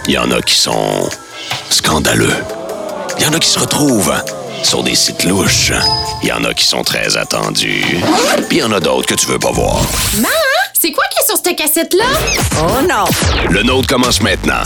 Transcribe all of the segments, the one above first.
Il y en a qui sont scandaleux. Il y en a qui se retrouvent sur des sites louches. Il y en a qui sont très attendus. Puis il y en a d'autres que tu veux pas voir. Maman, c'est quoi qu'il y a sur cette cassette-là? Oh non! Le nôtre commence maintenant.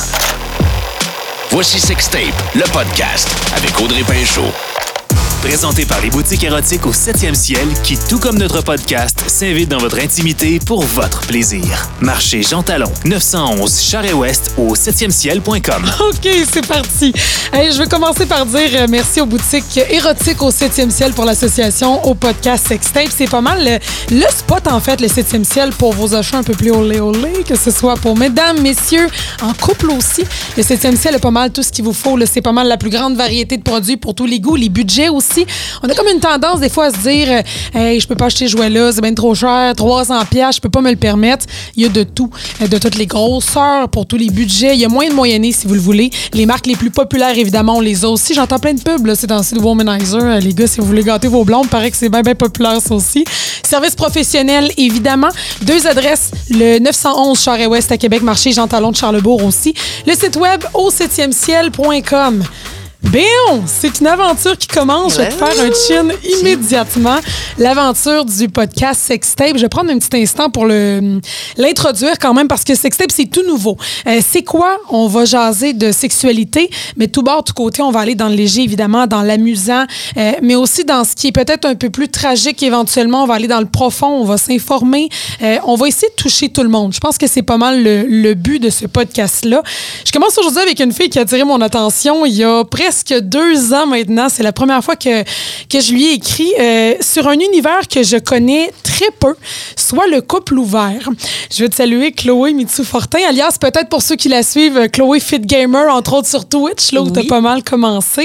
Voici Sextape, le podcast avec Audrey Pinchot. Présenté par les boutiques érotiques au 7e ciel qui, tout comme notre podcast, s'invitent dans votre intimité pour votre plaisir. Marché Jean Talon, 911 Charest-Ouest au 7e-ciel.com. OK, c'est parti. Hey, je vais commencer par dire merci aux boutiques érotiques au 7e ciel pour l'association au podcast Sextape. C'est pas mal le spot, en fait, le 7e ciel pour vos achats un peu plus olé, que ce soit pour mesdames, messieurs, en couple aussi. Le 7e ciel a pas mal tout ce qu'il vous faut. Là. C'est pas mal la plus grande variété de produits pour tous les goûts, les budgets aussi. On a comme une tendance des fois à se dire hey, je peux pas acheter ce jouet-là, c'est bien trop cher, 300$, je peux pas me le permettre. Il y a de tout, de toutes les grosseurs pour tous les budgets. Il y a moyen de moyenner si vous le voulez. Les marques les plus populaires, évidemment, on les a aussi. J'entends plein de pubs, là, c'est dans le site Womanizer. Les gars, si vous voulez gâter vos blondes, paraît que c'est bien populaire, ça aussi. Service professionnel, évidemment. 2 adresses, le 911 Charest-Ouest à Québec, marché Jean Talon de Charlesbourg aussi. Le site web au 7e-ciel.com. Bien, c'est une aventure qui commence. Je vais te faire un chin immédiatement. L'aventure du podcast Sextape. Je vais prendre un petit instant pour l'introduire quand même parce que Sextape, c'est tout nouveau. C'est quoi? On va jaser de sexualité, mais tout bord, tout côté, on va aller dans le léger, évidemment, dans l'amusant, mais aussi dans ce qui est peut-être un peu plus tragique éventuellement. On va aller dans le profond, on va s'informer. On va essayer de toucher tout le monde. Je pense que c'est pas mal le but de ce podcast-là. Je commence aujourd'hui avec une fille qui a attiré mon attention il y a presque 2 ans maintenant. C'est la première fois que je lui ai écrit sur un univers que je connais très peu, soit le couple ouvert. Je veux te saluer Chloé Mitsou-Fortin, alias peut-être pour ceux qui la suivent, Chloé Fit Gamer, entre autres sur Twitch, là où t'as pas mal commencé.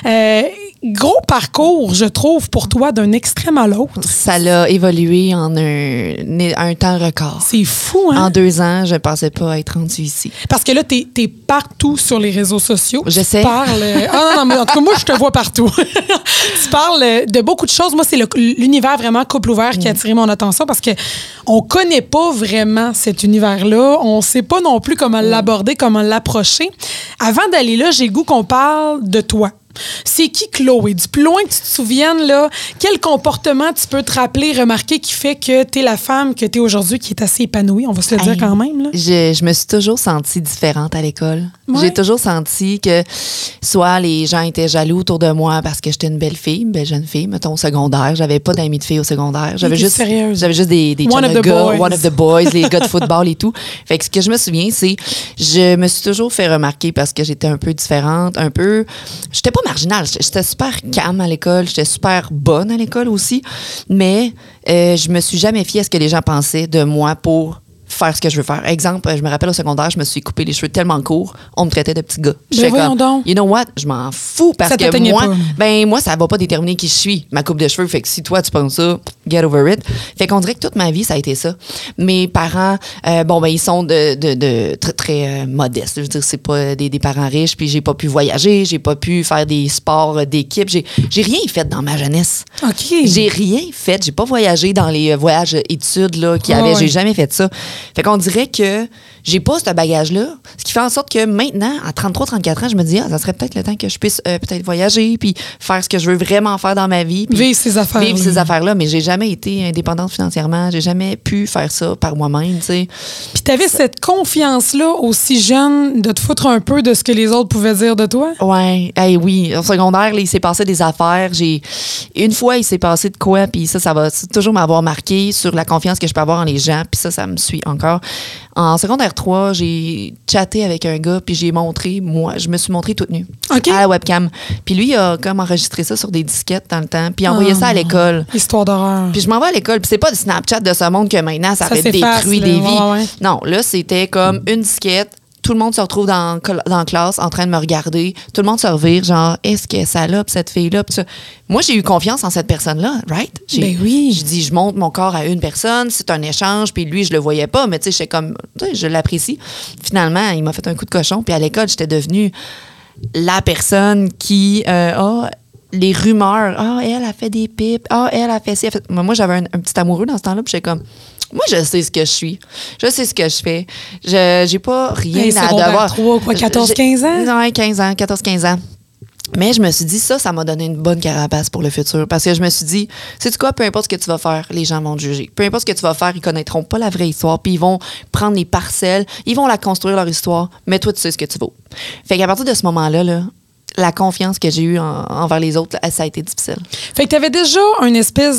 Gros parcours, je trouve, pour toi, d'un extrême à l'autre. Ça l'a évolué en un temps record. C'est fou, hein? En 2 ans, je ne pensais pas être rendue ici. Parce que là, t'es partout sur les réseaux sociaux. Je sais. Tu parles... non, mais en tout cas, moi, je te vois partout. Tu parles de beaucoup de choses. Moi, c'est l'univers vraiment couple ouvert qui a attiré mon attention parce que on connaît pas vraiment cet univers-là. On sait pas non plus comment l'aborder, comment l'approcher. Avant d'aller là, j'ai le goût qu'on parle de toi. C'est qui Chloé? Du plus loin que tu te souviennes, là, quel comportement tu peux te rappeler, remarquer qui fait que t'es la femme que t'es aujourd'hui qui est assez épanouie? On va se le dire quand même. Là. Je me suis toujours sentie différente à l'école. Ouais. J'ai toujours senti que soit les gens étaient jaloux autour de moi parce que j'étais une belle jeune fille, mettons au secondaire. J'avais pas d'amis de filles au secondaire. J'avais juste des one of the gars, boys. One of the boys, les gars de football et tout. Fait que ce que je me souviens, c'est je me suis toujours fait remarquer parce que j'étais un peu différente, j'étais pas marginale. J'étais super calme à l'école. J'étais super bonne à l'école aussi. Mais je me suis jamais fiée à ce que les gens pensaient de moi pour faire ce que je veux faire. Exemple, je me rappelle au secondaire, je me suis coupé les cheveux tellement courts, on me traitait de petit gars. Mais voyons donc. You know what? Je m'en fous parce ça que moi, ça va pas déterminer qui je suis, ma coupe de cheveux. Fait que si toi, tu penses ça, get over it. Fait qu'on dirait que toute ma vie, ça a été ça. Mes parents, ils sont de très, très modestes. Je veux dire, c'est pas des parents riches, puis j'ai pas pu voyager, j'ai pas pu faire des sports d'équipe. J'ai rien fait dans ma jeunesse. OK. J'ai rien fait. J'ai pas voyagé dans les voyages études là, qu'il y avait. J'ai jamais fait ça. Fait qu'on dirait que j'ai pas ce bagage-là, ce qui fait en sorte que maintenant, à 33-34 ans, je me dis, ça serait peut-être le temps que je puisse peut-être voyager puis faire ce que je veux vraiment faire dans ma vie. Vivre ces affaires. Vivre ces affaires-là, mais j'ai jamais été indépendante financièrement. J'ai jamais pu faire ça par moi-même, tu sais. Puis t'avais cette confiance-là aussi jeune de te foutre un peu de ce que les autres pouvaient dire de toi? Ouais, oui. Au secondaire, là, il s'est passé des affaires. Une fois, il s'est passé de quoi, puis ça va toujours m'avoir marqué sur la confiance que je peux avoir en les gens, puis ça me suit encore. En secondaire 3, j'ai chatté avec un gars, puis je me suis montrée toute nue à la webcam. Puis lui, il a comme enregistré ça sur des disquettes dans le temps, puis il a envoyé ça à l'école. Histoire d'horreur. Puis je m'en vais à l'école, puis c'est pas le Snapchat de ce monde que maintenant, ça fait détruire des vies. Ouais. Non, là, c'était comme une disquette. Tout le monde se retrouve dans la classe en train de me regarder. Tout le monde se revire, genre, est-ce que ça là, cette fille-là? Moi, j'ai eu confiance en cette personne-là, right? Ben oui. Je dis, je montre mon corps à une personne, c'est un échange, puis lui, je le voyais pas, mais tu sais, j'étais comme, je l'apprécie. Finalement, il m'a fait un coup de cochon, puis à l'école, j'étais devenue la personne qui, les rumeurs, elle a fait des pipes, elle a fait ci. Moi, j'avais un petit amoureux dans ce temps-là, puis j'étais comme, Moi, je sais ce que je suis. Je sais ce que je fais. J'ai pas rien à devoir. 3, quoi, 14, 15 ans? Non, 15 ans, 14-15 ans. Mais je me suis dit, ça m'a donné une bonne carapace pour le futur. Parce que je me suis dit, sais-tu quoi, peu importe ce que tu vas faire, les gens vont te juger. Peu importe ce que tu vas faire, ils connaîtront pas la vraie histoire. Puis ils vont prendre les parcelles, ils vont la construire, leur histoire. Mais toi, tu sais ce que tu vaux. Fait qu'à partir de ce moment-là, la confiance que j'ai eue envers les autres, ça a été difficile. Fait que tu avais déjà une espèce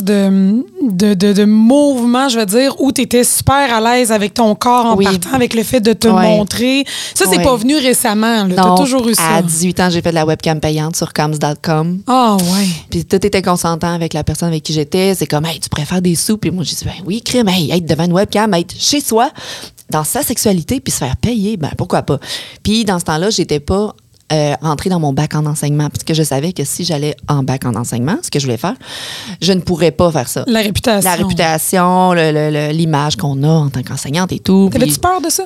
de mouvement, je veux dire, où tu étais super à l'aise avec ton corps en partant, avec le fait de te montrer. Ça, c'est pas venu récemment. Tu as toujours eu ça. À 18 ans, j'ai fait de la webcam payante sur coms.com. Ah, ouais. Puis tout était consentant avec la personne avec qui j'étais. C'est comme, hey, tu préfères des sous? Puis moi, j'ai dit, ben oui, crime, hey, être devant une webcam, être chez soi, dans sa sexualité, puis se faire payer, ben pourquoi pas? Puis dans ce temps-là, j'étais pas rentrer dans mon bac en enseignement, puisque je savais que si j'allais en bac en enseignement, ce que je voulais faire, je ne pourrais pas faire ça. La réputation. La réputation, l'image qu'on a en tant qu'enseignante et tout. T'avais-tu peur de ça?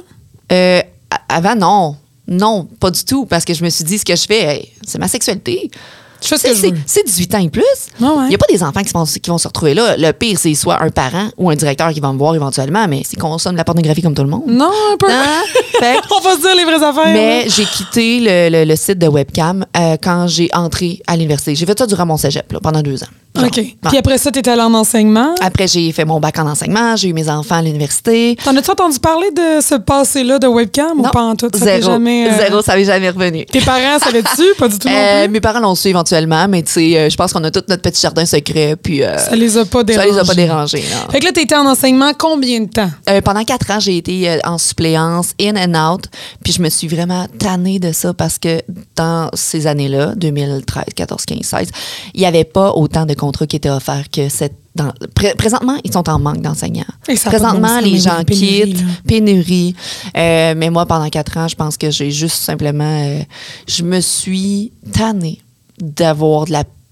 Avant, non. Non, pas du tout, parce que je me suis dit, ce que je fais, hey, c'est ma sexualité. Je fais ce que je veux. C'est 18 ans et plus. Il n'y a pas des enfants qui vont se retrouver là. Le pire, c'est soit un parent ou un directeur qui va me voir éventuellement, mais c'est qu'on consomme de la pornographie comme tout le monde. Non, un peu. On va se dire les vraies affaires. Mais j'ai quitté le site de webcam quand j'ai entré à l'université. J'ai fait ça durant mon cégep, pendant 2 ans. Genre, OK. Puis après ça, tu étais allée en enseignement? Après, j'ai fait mon bac en enseignement. J'ai eu mes enfants à l'université. T'en as-tu entendu parler de ce passé-là de webcam ou pas en tout? Zéro, ça m'est jamais revenu. Tes parents savaient-tu? Pas du tout non plus? Mes parents l'ont su éventuellement, mais tu sais, je pense qu'on a tout notre petit jardin secret. Puis, ça les a pas dérangés. Ça les a pas dérangés, non. Fait que là, t'étais en enseignement combien de temps? Pendant 4 ans, j'ai été en suppléance, in and out. Puis je me suis vraiment tannée de ça parce que dans ces années-là, 2013, 14, 15, 16, il n'y avait pas autant de contrats qui étaient offerts que présentement, ils sont en manque d'enseignants. Présentement, les gens quittent, pénurie. Mais moi, pendant 4 ans, je pense que j'ai juste simplement... je me suis tannée d'avoir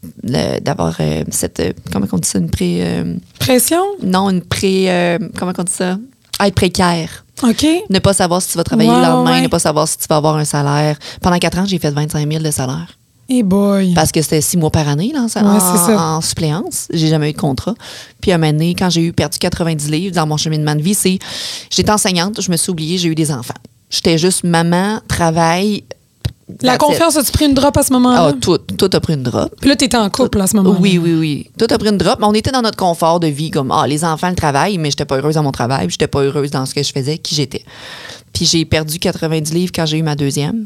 cette... comment on dit ça? Une pression? Non, une comment on dit ça? Être précaire. OK. Ne pas savoir si tu vas travailler le lendemain, ne pas savoir si tu vas avoir un salaire. Pendant 4 ans, j'ai fait 25 000 de salaire. Hey boy. Parce que c'était 6 mois par année là, en suppléance. J'ai jamais eu de contrat. Puis à un moment donné, quand j'ai perdu 90 livres dans mon cheminement de vie, j'étais enseignante, je me suis oubliée, j'ai eu des enfants. J'étais juste maman, travail. La confiance, as-tu pris une drop à ce moment-là? Ah, tout a pris une drop. Puis là, t'étais en couple à ce moment-là. Oui. Tout a pris une drop, mais on était dans notre confort de vie, comme les enfants, le travail, mais j'étais pas heureuse dans mon travail, j'étais pas heureuse dans ce que je faisais, qui j'étais. Puis j'ai perdu 90 livres quand j'ai eu ma deuxième.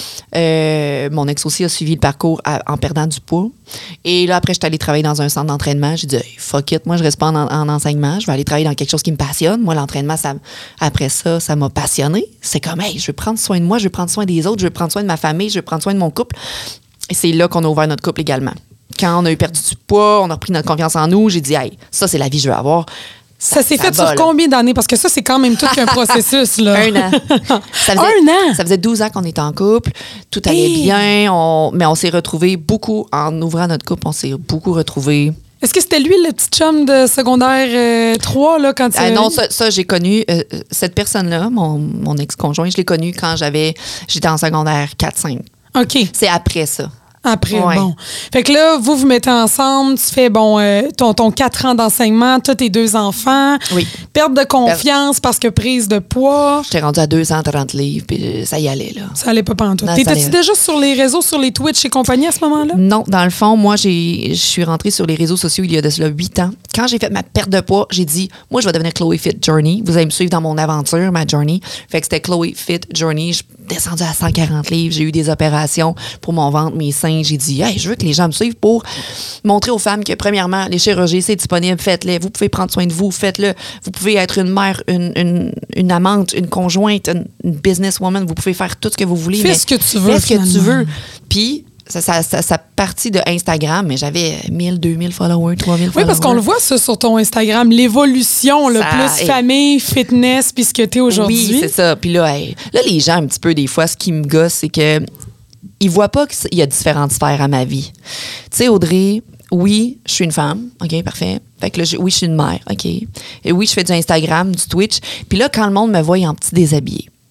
Mon ex aussi a suivi le parcours en perdant du poids. Et là, après, je suis allée travailler dans un centre d'entraînement. J'ai dit, hey, fuck it, moi, je reste pas en enseignement. Je vais aller travailler dans quelque chose qui me passionne. Moi, l'entraînement, après ça m'a passionnée. C'est comme, hey, je veux prendre soin de moi, je veux prendre soin des autres, je veux prendre soin de ma famille, je veux prendre soin de mon couple. Et c'est là qu'on a ouvert notre couple également. Quand on a eu perdu du poids, on a repris notre confiance en nous. J'ai dit, hey, ça, c'est la vie que je veux avoir. Ça s'est fait sur combien d'années? Parce que ça, c'est quand même tout qu'un processus. Là. 1 an. Un an? Ça faisait 12 ans qu'on était en couple. Tout allait bien. Mais on s'est retrouvés beaucoup. En ouvrant notre couple, on s'est beaucoup retrouvés. Est-ce que c'était lui, le petit chum de secondaire 3, là, quand tu... Non, ça j'ai connu cette personne-là, mon ex-conjoint, je l'ai connu quand j'étais en secondaire 4-5. OK. C'est après ça. Après, bon. Fait que là, vous mettez ensemble, tu fais, ton 4 ans d'enseignement, toi, tes 2 enfants. Oui. Perte de confiance parce que prise de poids. J'étais rendue à 230 livres, puis ça y allait, là. Ça allait pas pantoute. T'étais-tu déjà sur les réseaux, sur les Twitch et compagnie à ce moment-là? Non, dans le fond, moi, je suis rentrée sur les réseaux sociaux il y a de cela 8 ans. Quand j'ai fait ma perte de poids, j'ai dit, moi, je vais devenir Chloé Fit Journey. Vous allez me suivre dans mon aventure, ma journey. Fait que c'était Chloé Fit Journey. Je suis descendue à 140 livres. J'ai eu des opérations pour mon ventre, mes seins. J'ai dit, hey, je veux que les gens me suivent pour montrer aux femmes que, premièrement, les chirurgies, c'est disponible, faites-les. Vous pouvez prendre soin de vous, faites-le. Vous pouvez être une mère, une amante, une conjointe, une businesswoman. Vous pouvez faire tout ce que vous voulez. Fais ce que tu veux. Fais ce que tu veux. Puis, ça partit de Instagram, mais j'avais 1000, 2000 followers, 3000 followers. Oui, parce qu'on le voit ça sur ton Instagram, l'évolution, plus famille, fitness, puis ce que t'es aujourd'hui. Oui, c'est ça. Puis là, les gens, un petit peu, des fois, ce qui me gosse, c'est que ils voient pas qu'il y a différentes sphères à ma vie. Tu sais, Audrey, oui, je suis une femme. OK, parfait. Fait que là, oui, je suis une mère. OK. Et oui, je fais du Instagram, du Twitch. Puis là, quand le monde me voit en petit déshabillé,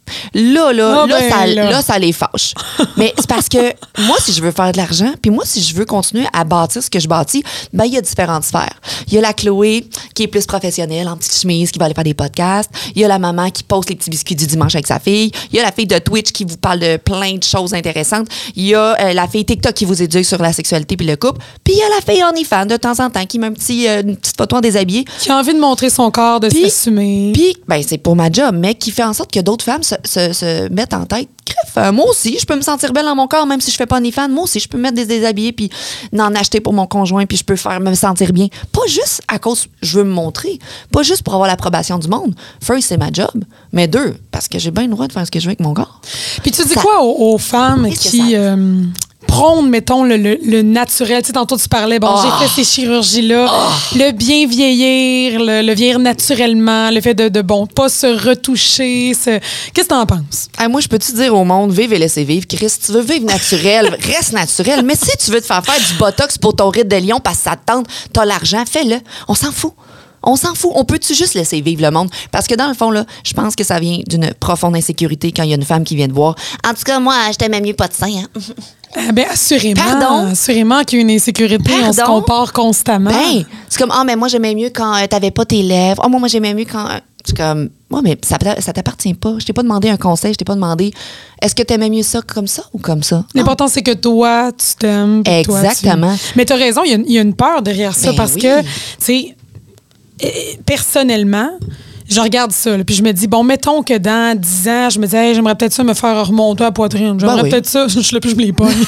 Là, ça les fâche. Mais c'est parce que moi, si je veux faire de l'argent, puis moi, si je veux continuer à bâtir ce que je bâtis, ben il y a différentes sphères. Il y a la Chloé qui est plus professionnelle, en petite chemise, qui va aller faire des podcasts. Il y a la maman qui poste les petits biscuits du dimanche avec sa fille. Il y a la fille de Twitch qui vous parle de plein de choses intéressantes. Il y a la fille TikTok qui vous éduque sur la sexualité puis le couple. Puis il y a la fille OnlyFans de temps en temps qui met une petite photo en déshabillé. Qui a envie de montrer son corps, de s'assumer. Puis, ben, c'est pour ma job, mais qui fait en sorte que d'autres femmes se mettent en tête. Crève, moi aussi, je peux me sentir belle dans mon corps, même si je fais pas OnlyFans. Moi aussi, je peux mettre des déshabillés puis en acheter pour mon conjoint, puis je peux me sentir bien. Pas juste à cause je veux me montrer. Pas juste pour avoir l'approbation du monde. First, c'est ma job. Mais deux, parce que j'ai bien le droit de faire ce que je veux avec mon corps. Puis tu dis quoi aux femmes qui prônent, mettons, le naturel? Tu sais, tantôt, tu parlais, j'ai fait ces chirurgies-là, le bien vieillir, le vieillir naturellement, le fait de pas se retoucher. Qu'est-ce que t'en penses? Moi, je peux te dire au monde, vive et laissez vivre. Chris, si tu veux vivre naturel, reste naturel. Mais si tu veux te faire du botox pour ton ride de lion parce que ça te tente, t'as l'argent, fais-le. On s'en fout. On s'en fout. On peut-tu juste laisser vivre le monde? Parce que dans le fond, là, je pense que ça vient d'une profonde insécurité quand il y a une femme qui vient te voir. En tout cas, moi, je t'aimais mieux pas de sein. Hein? Assurément. Pardon? Assurément qu'il y a une insécurité. Pardon? On se compare constamment. Ben, c'est comme, mais moi, j'aimais mieux quand t'avais pas tes lèvres. Moi, j'aimais mieux quand... C'est comme, mais ça t'appartient pas. Je t'ai pas demandé un conseil. Je t'ai pas demandé, est-ce que t'aimais mieux ça comme ça ou comme ça? L'important, c'est que toi, tu t'aimes. Exactement. Mais t'as raison, il y a une peur derrière ça parce que, tu sais, personnellement, je regarde ça, là, puis je me dis, mettons que dans 10 ans, je me dis, hey, j'aimerais peut-être ça me faire remonter à la poitrine. J'aimerais peut-être ça, je me les pogne.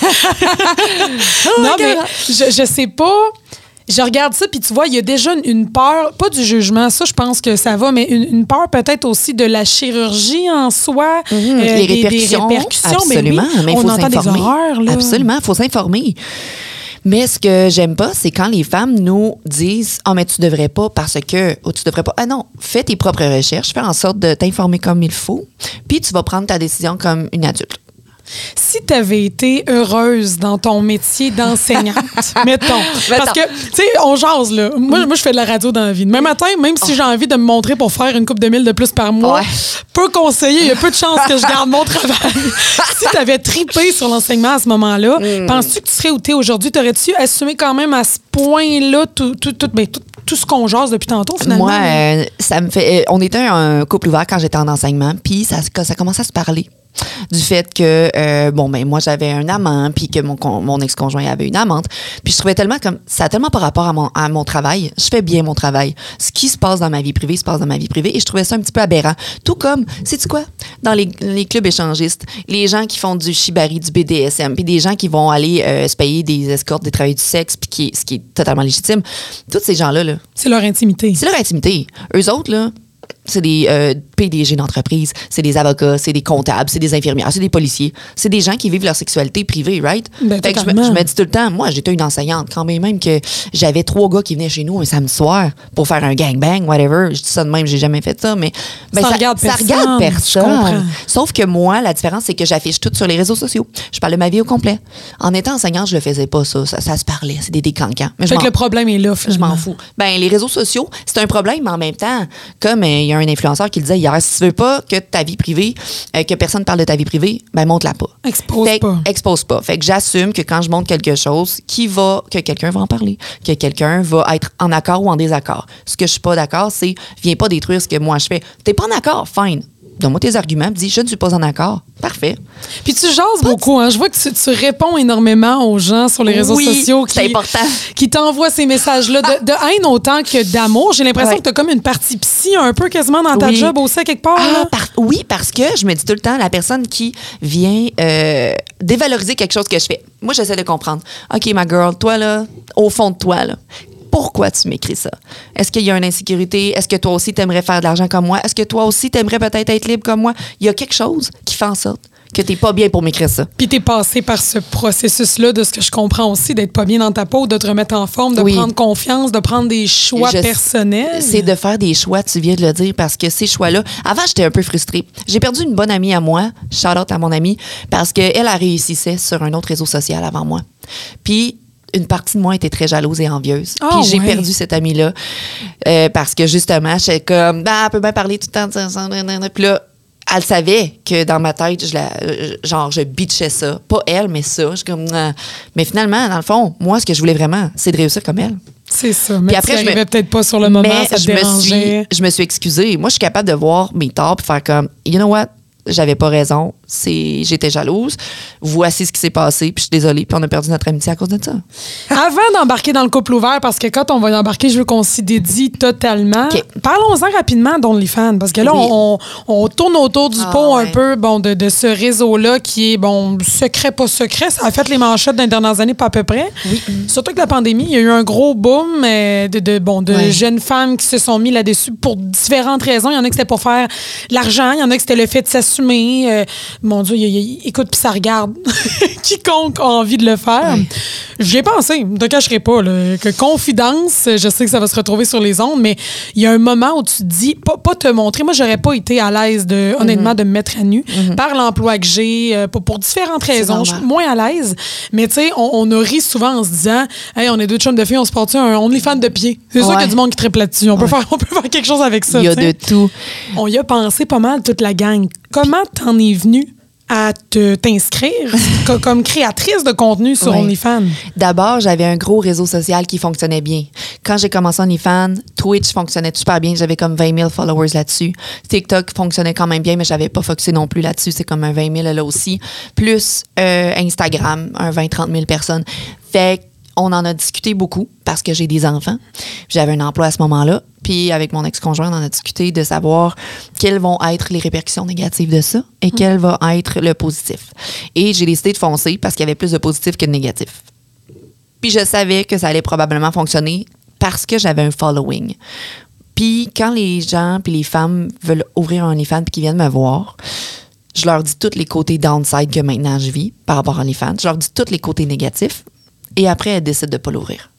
Non, mais je sais pas. Je regarde ça, puis tu vois, il y a déjà une peur, pas du jugement, ça, je pense que ça va, mais une peur peut-être aussi de la chirurgie en soi. Les répercussions. Absolument. Mais on entend des horreurs. Là. Absolument, il faut s'informer. Mais ce que j'aime pas, c'est quand les femmes nous disent « Ah, mais tu devrais pas parce que... » ou « Tu devrais pas... » Ah non, fais tes propres recherches, fais en sorte de t'informer comme il faut, puis tu vas prendre ta décision comme une adulte. Si tu avais été heureuse dans ton métier d'enseignante, mettons, parce que, tu sais, on jase, là. Moi, je fais de la radio dans la vie. Demain matin, même si j'ai envie de me montrer pour faire une couple de mille de plus par mois, peu conseiller, il y a peu de chances que je garde mon travail. Si tu avais tripé sur l'enseignement à ce moment-là, penses-tu que tu serais où tu es aujourd'hui? T'aurais-tu assumé quand même à ce point-là tout ce qu'on jase depuis tantôt, finalement? Moi, ça me fait... on était un couple ouvert quand j'étais en enseignement, puis ça commençait à se parler. Du fait que, moi, j'avais un amant, puis que mon ex-conjoint avait une amante. Puis je trouvais tellement comme... Ça a tellement par rapport à mon travail. Je fais bien mon travail. Ce qui se passe dans ma vie privée se passe dans ma vie privée. Et je trouvais ça un petit peu aberrant. Tout comme, sais-tu quoi? Dans les clubs échangistes, les gens qui font du shibari, du BDSM, puis des gens qui vont aller se payer des escortes, des travailleurs du sexe, puis ce qui est totalement légitime. Tous ces gens-là, là... C'est leur intimité. C'est leur intimité. Eux autres, là... C'est des PDG d'entreprise, c'est des avocats, c'est des comptables, c'est des infirmières, c'est des policiers. C'est des gens qui vivent leur sexualité privée, right? Fait que je me dis tout le temps, moi, j'étais une enseignante, quand même que j'avais 3 gars qui venaient chez nous un samedi soir pour faire un gangbang, whatever. Je dis ça de même, j'ai jamais fait ça, mais ça regarde personne. Sauf que moi, la différence, c'est que j'affiche tout sur les réseaux sociaux. Je parle de ma vie au complet. En étant enseignante, je le faisais pas, ça se parlait, c'est des décancants. Fait que le problème est là, finalement. Je m'en fous. Les réseaux sociaux, c'est un problème, mais en même temps, comme il y a un influenceur qui le disait hier, si tu veux pas que ta vie privée, que personne parle de ta vie privée, montre-la pas. Expose pas. Fait que j'assume que quand je montre quelque chose, que quelqu'un va en parler, que quelqu'un va être en accord ou en désaccord. Ce que je suis pas d'accord, c'est viens pas détruire ce que moi je fais. T'es pas en accord, fine. Donne-moi tes arguments, dis je ne suis pas en accord. Parfait. Puis tu jases beaucoup, hein? Je vois que tu réponds énormément aux gens sur les réseaux sociaux c'est important. Qui t'envoient ces messages-là de haine autant que d'amour. J'ai l'impression que tu as comme une partie psy un peu quasiment dans ta job aussi, à quelque part. Oui, parce que je me dis tout le temps, la personne qui vient dévaloriser quelque chose que je fais, moi, j'essaie de comprendre. OK, ma girl, toi, là, au fond de toi, là, pourquoi tu m'écris ça? Est-ce qu'il y a une insécurité? Est-ce que toi aussi, t'aimerais faire de l'argent comme moi? Est-ce que toi aussi, t'aimerais peut-être être libre comme moi? Il y a quelque chose qui fait en sorte que t'es pas bien pour m'écrire ça. Puis t'es passé par ce processus-là, de ce que je comprends aussi, d'être pas bien dans ta peau, de te remettre en forme, de prendre confiance, de prendre des choix personnels. C'est de faire des choix, tu viens de le dire, parce que ces choix-là... Avant, j'étais un peu frustrée. J'ai perdu une bonne amie à moi, shout-out à mon amie, parce qu'elle réussissait sur un autre réseau social avant moi. Puis... une partie de moi était très jalouse et envieuse. Puis j'ai perdu cette amie-là parce que justement, j'étais comme, elle peut bien parler tout le temps. Puis là, elle savait que dans ma tête, je bitchais ça. Pas elle, mais ça. Je suis comme... Mais finalement, dans le fond, moi, ce que je voulais vraiment, c'est de réussir comme elle. C'est ça. Mais après, tu n'arrivais peut-être pas sur le moment, ça te dérangeait. Je me suis excusée. Moi, je suis capable de voir mes torts et faire comme, you know what? J'avais pas raison. J'étais jalouse. Voici ce qui s'est passé. Puis je suis désolée. Puis on a perdu notre amitié à cause de ça. Avant d'embarquer dans le couple ouvert, parce que quand on va y embarquer, je veux qu'on s'y dédie totalement. Okay. Parlons-en rapidement d'OnlyFans. Parce que là, on tourne autour du pot un peu de ce réseau-là qui est, secret, pas secret. Ça a fait les manchettes dans les dernières années, pas à peu près. Oui. Surtout que la pandémie, il y a eu un gros boom de jeunes femmes qui se sont mis là-dessus pour différentes raisons. Il y en a qui c'était pour faire l'argent. Il y en a qui c'était le fait de s'assumer. Mon Dieu, écoute, puis ça regarde. Quiconque a envie de le faire. Oui. J'y ai pensé, ne te cacherai pas. Là, que confidence, je sais que ça va se retrouver sur les ondes, mais il y a un moment où tu te dis, pas te montrer. Moi, j'aurais pas été à l'aise, honnêtement, de me mettre à nu par l'emploi que j'ai, pour différentes raisons. Je suis moins à l'aise. Mais tu sais, on a ri souvent en se disant, hey, on est deux chums de filles, on se porte un OnlyFans de pied. C'est sûr qu'il y a du monde qui triple là-dessus. On peut faire quelque chose avec ça. Il y a de tout. On y a pensé pas mal, toute la gang. Comment t'en es venue à t'inscrire comme créatrice de contenu sur OnlyFans? D'abord, j'avais un gros réseau social qui fonctionnait bien. Quand j'ai commencé OnlyFans, Twitch fonctionnait super bien. J'avais comme 20 000 followers là-dessus. TikTok fonctionnait quand même bien, mais j'avais pas focusé non plus là-dessus. C'est comme un 20 000 là aussi. Plus Instagram, un 20-30 000 personnes. Fait on en a discuté beaucoup parce que j'ai des enfants. J'avais un emploi à ce moment-là. Puis avec mon ex-conjoint, on en a discuté de savoir quelles vont être les répercussions négatives de ça et quel va être le positif. Et j'ai décidé de foncer parce qu'il y avait plus de positifs que de négatifs. Puis je savais que ça allait probablement fonctionner parce que j'avais un following. Puis quand les gens puis les femmes veulent ouvrir un OnlyFans puis qu'ils viennent me voir, je leur dis tous les côtés downside que maintenant je vis par rapport à OnlyFans. Je leur dis tous les côtés négatifs. Et après, elle décide de ne pas l'ouvrir.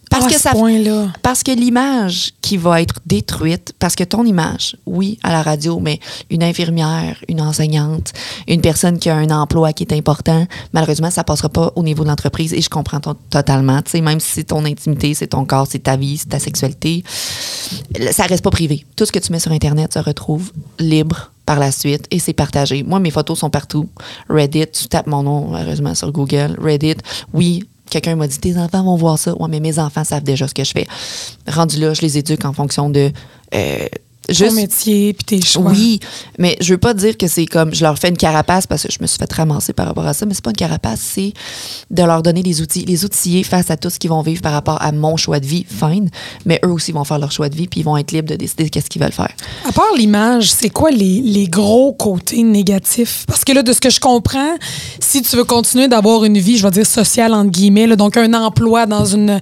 Parce que l'image qui va être détruite, parce que ton image, oui, à la radio, mais une infirmière, une enseignante, une personne qui a un emploi qui est important, malheureusement, ça ne passera pas au niveau de l'entreprise et je comprends totalement. Tu sais, même si c'est ton intimité, c'est ton corps, c'est ta vie, c'est ta sexualité, ça ne reste pas privé. Tout ce que tu mets sur Internet se retrouve libre par la suite et c'est partagé. Moi, mes photos sont partout. Reddit, tu tapes mon nom, malheureusement, sur Google. Reddit, oui. Quelqu'un m'a dit, tes enfants vont voir ça. Ouais, mais mes enfants savent déjà ce que je fais. Rendu là, je les éduque en fonction de... ton métier puis tes choix. Oui, mais je veux pas dire que c'est comme je leur fais une carapace parce que je me suis fait ramasser par rapport à ça, mais c'est pas une carapace, c'est de leur donner des outils, les outiller face à tout ce qu'ils vont vivre par rapport à mon choix de vie, fine, mais eux aussi vont faire leur choix de vie puis ils vont être libres de décider qu'est-ce qu'ils veulent faire. À part l'image, c'est quoi les gros côtés négatifs? Parce que là, de ce que je comprends, si tu veux continuer d'avoir une vie, je vais dire sociale entre guillemets, là, donc un emploi dans une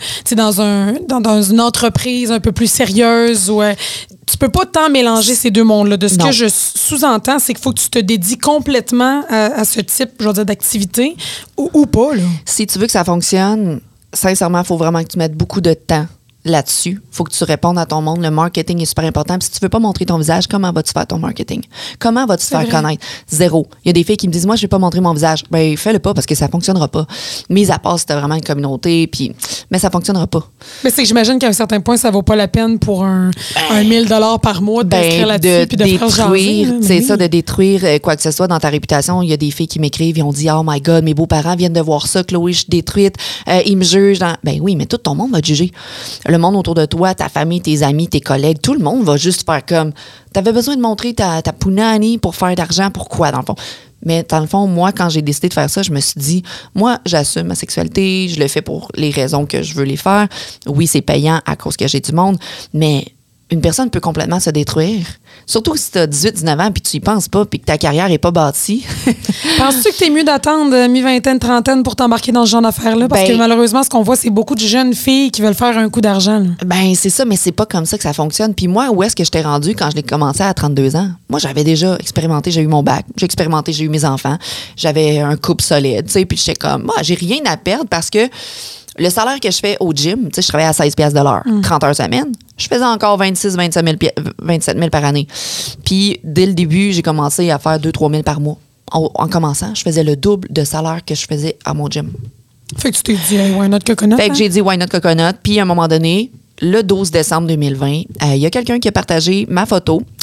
entreprise un peu plus sérieuse ou tu peux pas tant mélanger ces deux mondes-là. De ce que je sous-entends, c'est qu'il faut que tu te dédies complètement à ce type, je veux dire, d'activité ou pas, là. Si tu veux que ça fonctionne, sincèrement, il faut vraiment que tu mettes beaucoup de temps là-dessus. Il faut que tu répondes à ton monde. Le marketing est super important. Puis si tu veux pas montrer ton visage, comment vas-tu faire ton marketing? Comment vas-tu te faire connaître? Zéro. Il y a des filles qui me disent, moi, je vais pas montrer mon visage. Ben, fais-le pas parce que ça fonctionnera pas. Mis à part si t'as vraiment une communauté, puis... mais ça fonctionnera pas. Mais c'est que j'imagine qu'à un certain point, ça vaut pas la peine pour un 1 000 par mois de t'inscrire là-dessus puis de détruire, c'est ça, de détruire quoi que ce soit dans ta réputation. Il y a des filles qui m'écrivent, ils ont dit, oh my God, mes beaux-parents viennent de voir ça, Chloé, je suis détruite, ils me jugent. Ben oui, mais tout ton monde va te juger. Le monde autour de toi, ta famille, tes amis, tes collègues, tout le monde va juste faire comme... T'avais besoin de montrer ta punani pour faire d'argent, pourquoi, dans le fond? Mais dans le fond, moi, quand j'ai décidé de faire ça, je me suis dit, moi, j'assume ma sexualité, je le fais pour les raisons que je veux les faire. Oui, c'est payant à cause que j'ai du monde, mais une personne peut complètement se détruire. Surtout si tu as 18-19 ans puis tu y penses pas puis que ta carrière est pas bâtie. Penses-tu que t'es mieux d'attendre mi-vingtaine, trentaine pour t'embarquer dans ce genre d'affaires-là? Parce que malheureusement, ce qu'on voit, c'est beaucoup de jeunes filles qui veulent faire un coup d'argent. Là. Ben c'est ça, mais c'est pas comme ça que ça fonctionne. Puis moi, où est-ce que je t'ai rendue quand je l'ai commencé à 32 ans? Moi, j'avais déjà expérimenté, j'ai eu mon bac, j'ai expérimenté, j'ai eu mes enfants, j'avais un couple solide, tu sais, puis j'étais comme, moi, j'ai rien à perdre parce que le salaire que je fais au gym, tu sais, je travaillais à 16$ de l'heure, 30 heures semaine. Je faisais encore 27 000 par année. Puis, dès le début, j'ai commencé à faire 2-3 000 par mois. En commençant, je faisais le double de salaire que je faisais à mon gym. Fait que tu t'es dit, hey, why not coconut? Fait que j'ai dit, why not coconut? Puis, à un moment donné, le 12 décembre 2020, il y a quelqu'un qui a partagé ma photo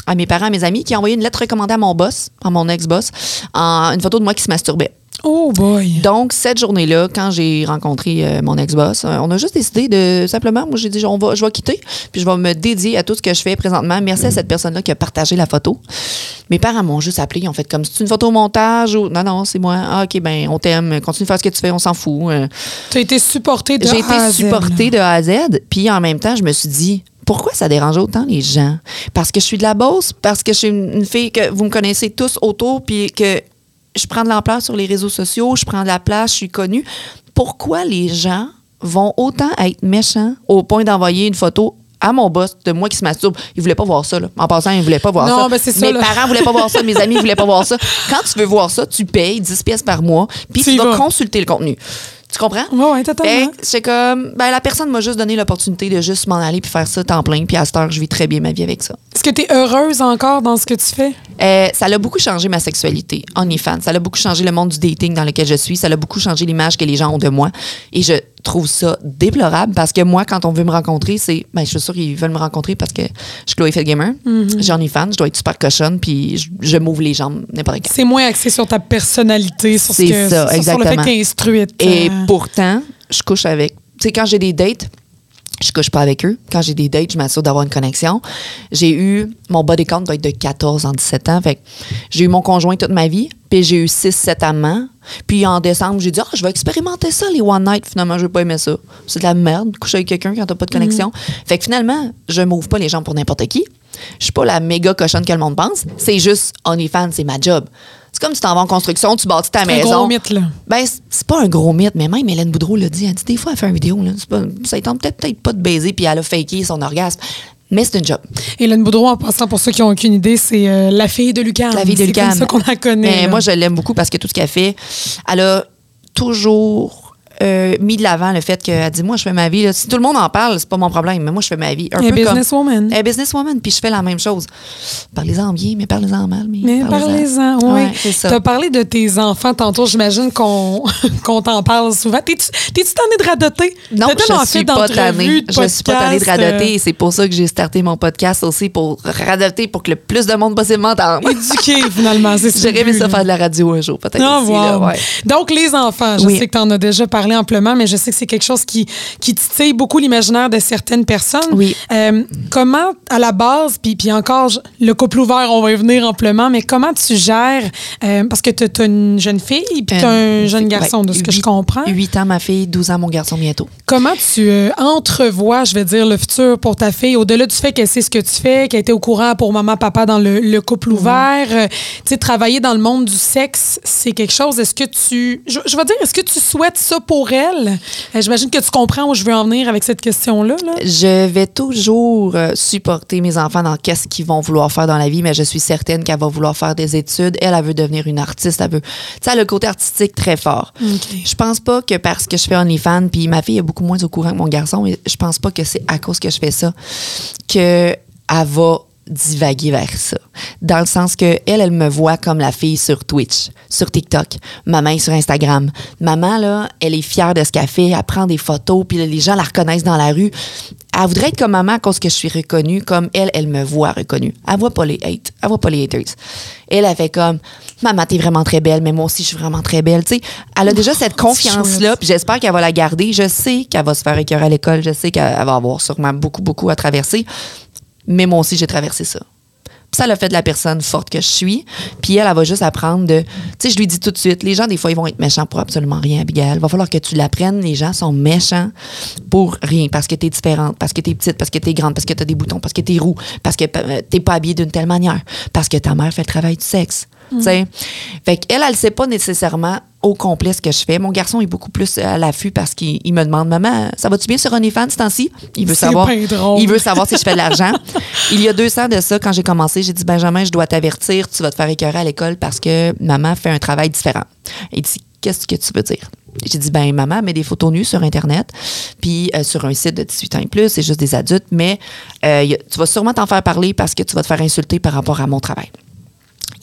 à mes parents, à mes amis, qui a envoyé une lettre recommandée à mon boss, à mon ex-boss, une photo de moi qui se masturbait. Oh boy! Donc, cette journée-là, quand j'ai rencontré mon ex-boss, on a juste décidé de, simplement, moi j'ai dit, je vais quitter, puis je vais me dédier à tout ce que je fais présentement. Merci à cette personne-là qui a partagé la photo. Mes parents m'ont juste appelé, ils ont fait comme, c'est une photo au montage ou non, c'est moi. Ah, OK, ben on t'aime, continue de faire ce que tu fais, on s'en fout. Tu as été supportée de J'ai A à été Z. supportée de A à Z, puis en même temps, je me suis dit, pourquoi ça dérange autant les gens? Parce que je suis de la Beauce, parce que je suis une fille que vous me connaissez tous autour, puis que je prends de l'ampleur sur les réseaux sociaux, je prends de la place, je suis connue. Pourquoi les gens vont autant être méchants au point d'envoyer une photo à mon boss de moi qui se masturbe? Ils voulaient pas voir ça, là. En passant, ils voulaient pas voir ça. Non, ben c'est ça, Mes là. parents voulaient pas voir ça, mes amis voulaient pas voir ça. Quand tu veux voir ça, tu payes 10 pièces par mois, puis Tu tu y vas vas. consulter le contenu. Tu comprends? Oui, totalement. C'est comme, la personne m'a juste donné l'opportunité de juste m'en aller puis faire ça temps plein. Puis à cette heure, je vis très bien ma vie avec ça. Est-ce que tu es heureuse encore dans ce que tu fais? Ça a beaucoup changé ma sexualité, OnlyFans. Ça a beaucoup changé le monde du dating dans lequel je suis. Ça a beaucoup changé l'image que les gens ont de moi. Et je trouve ça déplorable parce que moi, quand on veut me rencontrer, je suis sûre qu'ils veulent me rencontrer parce que je suis Chloé Gamer. J'ai OnlyFans, je dois être super cochonne puis je m'ouvre les jambes n'importe quand. C'est moins axé sur ta personnalité, sur, C'est ça, sur le fait exactement. que tu es instruite. Et pourtant, je couche avec. Tu sais, quand j'ai des dates, je couche pas avec eux. Quand j'ai des dates, je m'assure d'avoir une connexion. Mon body count doit être de 14 en 17 ans. Fait que j'ai eu mon conjoint toute ma vie, puis j'ai eu 6-7 amants. Puis en décembre, j'ai dit, je vais expérimenter ça, les one night. Finalement, je n'ai pas aimé ça. C'est de la merde, coucher avec quelqu'un quand t'as pas de connexion. Fait que finalement, je m'ouvre pas les jambes pour n'importe qui. Je suis pas la méga cochonne que le monde pense. C'est juste OnlyFans, c'est ma job. C'est comme tu t'en vas en construction, tu bâtis ta maison. un gros mythe, là. Ben, c'est pas un gros mythe, mais même Hélène Boudreau l'a dit. Elle dit, des fois, elle fait une vidéo, là, ça ne tente peut-être pas de baiser, puis elle a faké son orgasme. Mais c'est une job. Hélène Boudreau, en passant, pour ceux qui n'ont aucune idée, c'est la fille de Lucam. La fille de Lucam. C'est comme ça qu'on la connaît. Mais là. moi, je l'aime beaucoup parce que tout ce qu'elle fait, elle a toujours mis de l'avant le fait qu'elle dit, moi, je fais ma vie. Là. Si tout le monde en parle, c'est pas mon problème, mais moi, je fais ma vie. Elle est businesswoman. Elle est businesswoman, puis je fais la même chose. Parlez-en bien, mais parlez-en mal. Mais parlez-en, oui. Ouais, c'est ça. Tu as parlé de tes enfants tantôt. J'imagine qu'on t'en parle souvent. T'es-tu tannée de radoter? Non, je suis pas tannée. Je suis pas tannée de radoter. Et c'est pour ça que j'ai starté mon podcast aussi, pour radoter, pour que le plus de monde possible m'entende. Éduquer, finalement. C'est J'aurais aimé ça faire de la radio un jour, peut-être Ah, aussi. wow. Là, ouais. Donc, les enfants, je Oui. sais que tu en as déjà parlé amplement, mais je sais que c'est quelque chose qui titille beaucoup l'imaginaire de certaines personnes. Oui. Comment, à la base, puis encore, le couple ouvert, on va y venir amplement, mais comment tu gères, parce que tu as une jeune fille puis tu as un jeune garçon, de ce que je comprends. 8 ans, ma fille, 12 ans, mon garçon, bientôt. Comment tu entrevois, je vais dire, le futur pour ta fille, au-delà du fait qu'elle sait ce que tu fais, qu'elle était au courant pour maman, papa dans le couple ouvert, tu sais, travailler dans le monde du sexe, c'est quelque chose, est-ce que je vais dire, est-ce que tu souhaites ça pour elle? J'imagine que tu comprends où je veux en venir avec cette question-là. Là. Je vais toujours supporter mes enfants dans qu'est-ce qu'ils vont vouloir faire dans la vie, mais je suis certaine qu'elle va vouloir faire des études. Elle veut devenir une artiste. Tu sais, elle a le côté artistique très fort. Okay. Je pense pas que parce que je fais OnlyFans, puis ma fille est beaucoup moins au courant que mon garçon, mais je pense pas que c'est à cause que je fais ça qu'elle va divaguer vers ça. Dans le sens que elle me voit comme la fille sur Twitch, sur TikTok, maman est sur Instagram. Maman, là, elle est fière de ce qu'elle fait, elle prend des photos, puis là, les gens la reconnaissent dans la rue. Elle voudrait être comme maman à cause que je suis reconnue, comme elle me voit reconnue. Elle voit pas les hates, elle voit pas les haters. Elle fait comme, maman, t'es vraiment très belle, mais moi aussi, je suis vraiment très belle. Tu sais, elle a déjà cette confiance-là, puis j'espère qu'elle va la garder. Je sais qu'elle va se faire écœurer à l'école, je sais qu'elle va avoir sûrement beaucoup, beaucoup à traverser. Mais moi aussi, j'ai traversé ça. Puis ça l'a fait de la personne forte que je suis. Puis elle va juste apprendre de... Tu sais, je lui dis tout de suite, les gens, des fois, ils vont être méchants pour absolument rien, Abigail. Il va falloir que tu l'apprennes. Les gens sont méchants pour rien. Parce que t'es différente, parce que t'es petite, parce que t'es grande, parce que t'as des boutons, parce que t'es roux, parce que t'es pas habillée d'une telle manière, parce que ta mère fait le travail du sexe. Tu sais? Fait qu'elle, elle sait pas nécessairement au complet ce que je fais. Mon garçon est beaucoup plus à l'affût parce qu'il me demande, maman, ça va-tu bien sur OnlyFans ce temps-ci? Il veut savoir. Il veut savoir si je fais de l'argent. Il y a 2 ans de ça, quand j'ai commencé, j'ai dit, Benjamin, je dois t'avertir, tu vas te faire écœurer à l'école parce que maman fait un travail différent. Il dit, qu'est-ce que tu veux dire? J'ai dit, maman met des photos nues sur Internet, puis sur un site de 18 ans et plus, c'est juste des adultes, mais tu vas sûrement t'en faire parler parce que tu vas te faire insulter par rapport à mon travail.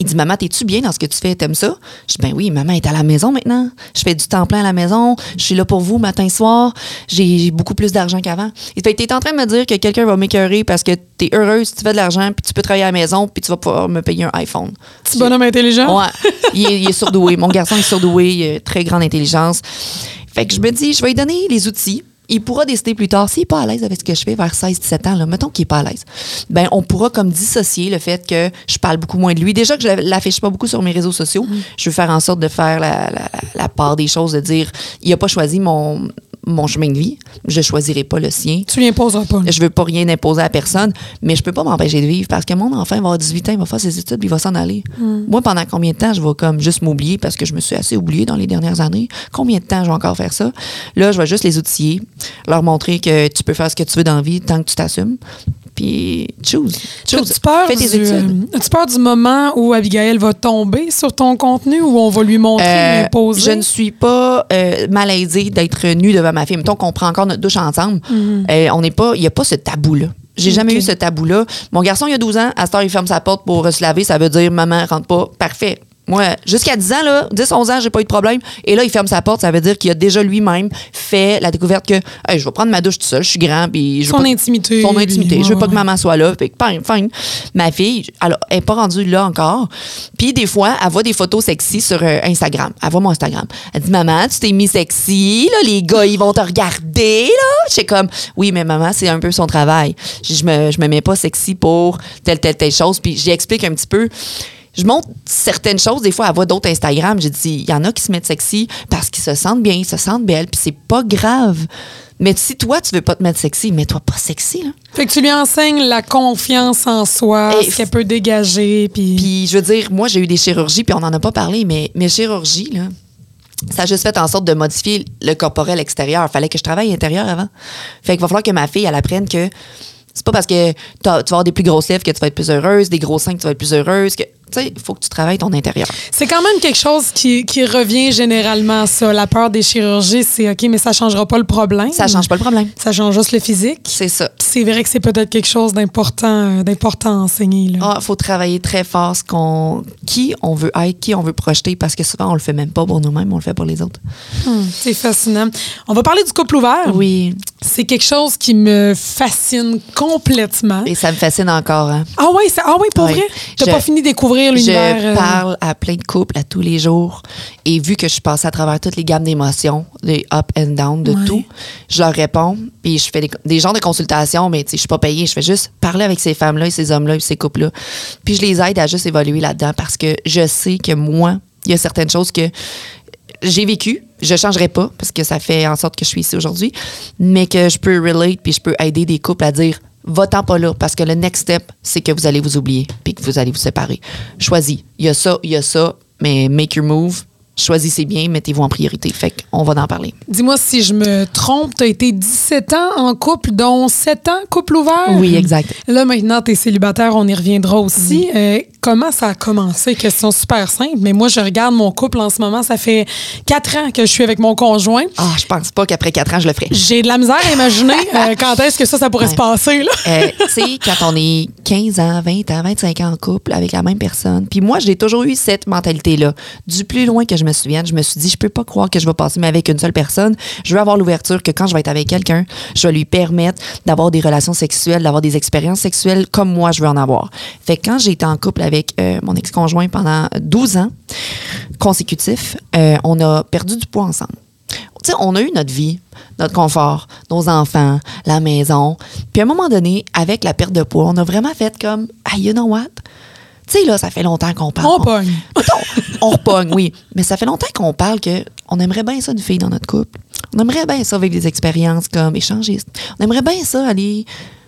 Il dit, maman, t'es-tu bien dans ce que tu fais? T'aimes ça? Je dis, ben oui, maman est à la maison maintenant. Je fais du temps plein à la maison. Je suis là pour vous matin, soir. J'ai beaucoup plus d'argent qu'avant. Il fait, t'es en train de me dire que quelqu'un va m'écœurer parce que t'es heureuse, tu fais de l'argent, puis tu peux travailler à la maison, puis tu vas pouvoir me payer un iPhone. Petit bonhomme intelligent? Ouais. Il est surdoué. Mon garçon est surdoué. Il a très grande intelligence. Fait que je me dis, je vais lui donner les outils. Il pourra décider plus tard, s'il n'est pas à l'aise avec ce que je fais vers 16-17 ans, là, mettons qu'il n'est pas à l'aise, ben on pourra comme dissocier le fait que je parle beaucoup moins de lui. Déjà que je ne l'affiche pas beaucoup sur mes réseaux sociaux, je veux faire en sorte de faire la part des choses, de dire, il n'a pas choisi mon chemin de vie, je ne choisirai pas le sien. Tu lui imposeras pas. Je veux pas rien imposer à personne, mais je peux pas m'empêcher de vivre parce que mon enfant il va avoir 18 ans, il va faire ses études puis il va s'en aller. Moi, pendant combien de temps je vais comme juste m'oublier parce que je me suis assez oubliée dans les dernières années? Combien de temps je vais encore faire ça? Là, je vais juste les outiller, leur montrer que tu peux faire ce que tu veux dans la vie tant que tu t'assumes. Puis, choose. As-tu peur, Fais tes études. as-tu peur du moment où Abigail va tomber sur ton contenu ou on va lui montrer, lui imposer? Je ne suis pas malaisée d'être nue devant ma fille. Mettons qu'on prend encore notre douche ensemble. On n'est pas, il n'y a pas ce tabou-là. J'ai jamais eu ce tabou-là. Mon garçon, il a 12 ans. À cette heure, il ferme sa porte pour se laver. Ça veut dire, maman, rentre pas. Parfait. Moi, jusqu'à 10 ans, là, 10-11 ans, j'ai pas eu de problème. Et là, il ferme sa porte. Ça veut dire qu'il a déjà lui-même fait la découverte que hey, je vais prendre ma douche tout seul, je suis grand. Puis Son intimité. Son intimité. Lui, je veux pas que maman soit là. Fait que, fine. Ma fille, elle est pas rendue là encore. Puis des fois, elle voit des photos sexy sur Instagram. Elle voit mon Instagram. Elle dit, maman, tu t'es mis sexy. Là, les gars, ils vont te regarder. Là. Je suis comme, oui, mais maman, c'est un peu son travail. Je me mets pas sexy pour telle chose. Puis j'explique un petit peu. Je montre certaines choses. Des fois, elle voit d'autres Instagram. J'ai dit, il y en a qui se mettent sexy parce qu'ils se sentent bien, ils se sentent belles, puis c'est pas grave. Mais si toi, tu veux pas te mettre sexy, mets-toi pas sexy, là. Fait que tu lui enseignes la confiance en soi, ce qu'elle peut dégager. Puis, je veux dire, moi, j'ai eu des chirurgies, puis on en a pas parlé, mais mes chirurgies, là, ça a juste fait en sorte de modifier le corporel extérieur. Il fallait que je travaille intérieur avant. Fait qu'il va falloir que ma fille, elle apprenne que c'est pas parce que tu vas avoir des plus grosses lèvres que tu vas être plus heureuse, des gros seins que tu vas être plus heureuse. Tu sais, il faut que tu travailles ton intérieur. C'est quand même quelque chose qui revient généralement, ça. La peur des chirurgies, c'est OK, mais ça changera pas le problème. Ça change pas le problème. Ça change juste le physique. C'est ça. C'est vrai que c'est peut-être quelque chose d'important à enseigner. Il faut travailler très fort qui on veut être, qui on veut projeter, parce que souvent, on le fait même pas pour nous-mêmes, on le fait pour les autres. C'est fascinant. On va parler du couple ouvert. Oui. C'est quelque chose qui me fascine complètement. Et ça me fascine encore. Hein? Ah oui, pour vrai? T'as pas fini de découvrir l'univers? Je parle à plein de couples à tous les jours. Et vu que je passe à travers toutes les gammes d'émotions, les up and down, de tout, je leur réponds. Puis je fais des genres de consultations, mais je suis pas payée. Je fais juste parler avec ces femmes-là et ces hommes-là et ces couples-là. Puis je les aide à juste évoluer là-dedans parce que je sais que moi, il y a certaines choses que j'ai vécues. Je changerai pas parce que ça fait en sorte que je suis ici aujourd'hui, mais que je peux relate puis je peux aider des couples à dire va-t'en pas là parce que le next step, c'est que vous allez vous oublier puis que vous allez vous séparer. Choisis. Il y a ça, mais make your move. Choisissez bien, mettez-vous en priorité. Fait qu'on va en parler. Dis-moi si je me trompe, tu as été 17 ans en couple, dont 7 ans couple ouvert? Oui, exact. Là, maintenant, tu es célibataire, on y reviendra aussi. Comment ça a commencé? Question super simple, mais moi, je regarde mon couple en ce moment. Ça fait 4 ans que je suis avec mon conjoint. Ah, je pense pas qu'après 4 ans, je le ferais. J'ai de la misère à imaginer quand est-ce que ça pourrait se passer. Tu sais, quand on est 15 ans, 20 ans, 25 ans en couple avec la même personne, puis moi, j'ai toujours eu cette mentalité-là. Du plus loin que je me souvienne, je me suis dit, je peux pas croire que je vais passer mais avec une seule personne. Je veux avoir l'ouverture que quand je vais être avec quelqu'un, je vais lui permettre d'avoir des relations sexuelles, d'avoir des expériences sexuelles comme moi, je veux en avoir. Fait que quand j'ai été en couple avec mon ex-conjoint pendant 12 ans consécutifs, on a perdu du poids ensemble. Tu sais, on a eu notre vie, notre confort, nos enfants, la maison. Puis à un moment donné, avec la perte de poids, on a vraiment fait comme, ah, you know what? Tu sais, là, ça fait longtemps qu'on parle. On pogne. On repogne, oui. Mais ça fait longtemps qu'on parle qu'on aimerait bien ça, une fille dans notre couple. On aimerait bien ça avec des expériences comme échangistes. On aimerait bien ça aller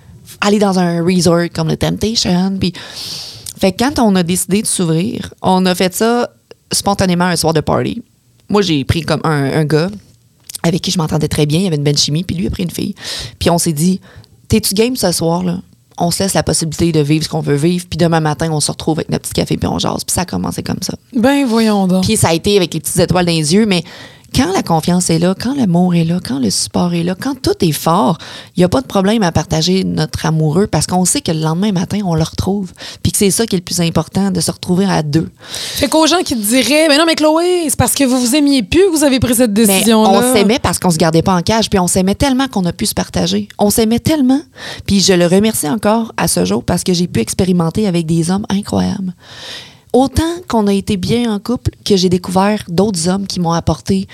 dans un resort comme le Temptation. Puis, fait que quand on a décidé de s'ouvrir, on a fait ça spontanément un soir de party. Moi, j'ai pris comme un gars avec qui je m'entendais très bien. Il y avait une belle chimie. Puis lui a pris une fille. Puis on s'est dit, t'es-tu game ce soir, là? On se laisse la possibilité de vivre ce qu'on veut vivre. Puis demain matin, on se retrouve avec notre petit café puis on jase. Puis ça a commencé comme ça. Ben, voyons donc. Puis ça a été avec les petites étoiles dans les yeux. Mais quand la confiance est là, quand l'amour est là, quand le support est là, quand tout est fort, il n'y a pas de problème à partager notre amoureux parce qu'on sait que le lendemain matin, on le retrouve. Puis que c'est ça qui est le plus important, de se retrouver à deux. Fait qu'aux gens qui te diraient, mais non, mais Chloé, c'est parce que vous vous aimiez plus que vous avez pris cette décision-là. Mais on s'aimait parce qu'on se gardait pas en cage, puis on s'aimait tellement qu'on a pu se partager. On s'aimait tellement. Puis je le remercie encore à ce jour parce que j'ai pu expérimenter avec des hommes incroyables. Autant qu'on a été bien en couple que j'ai découvert d'autres hommes qui m'ont apporté.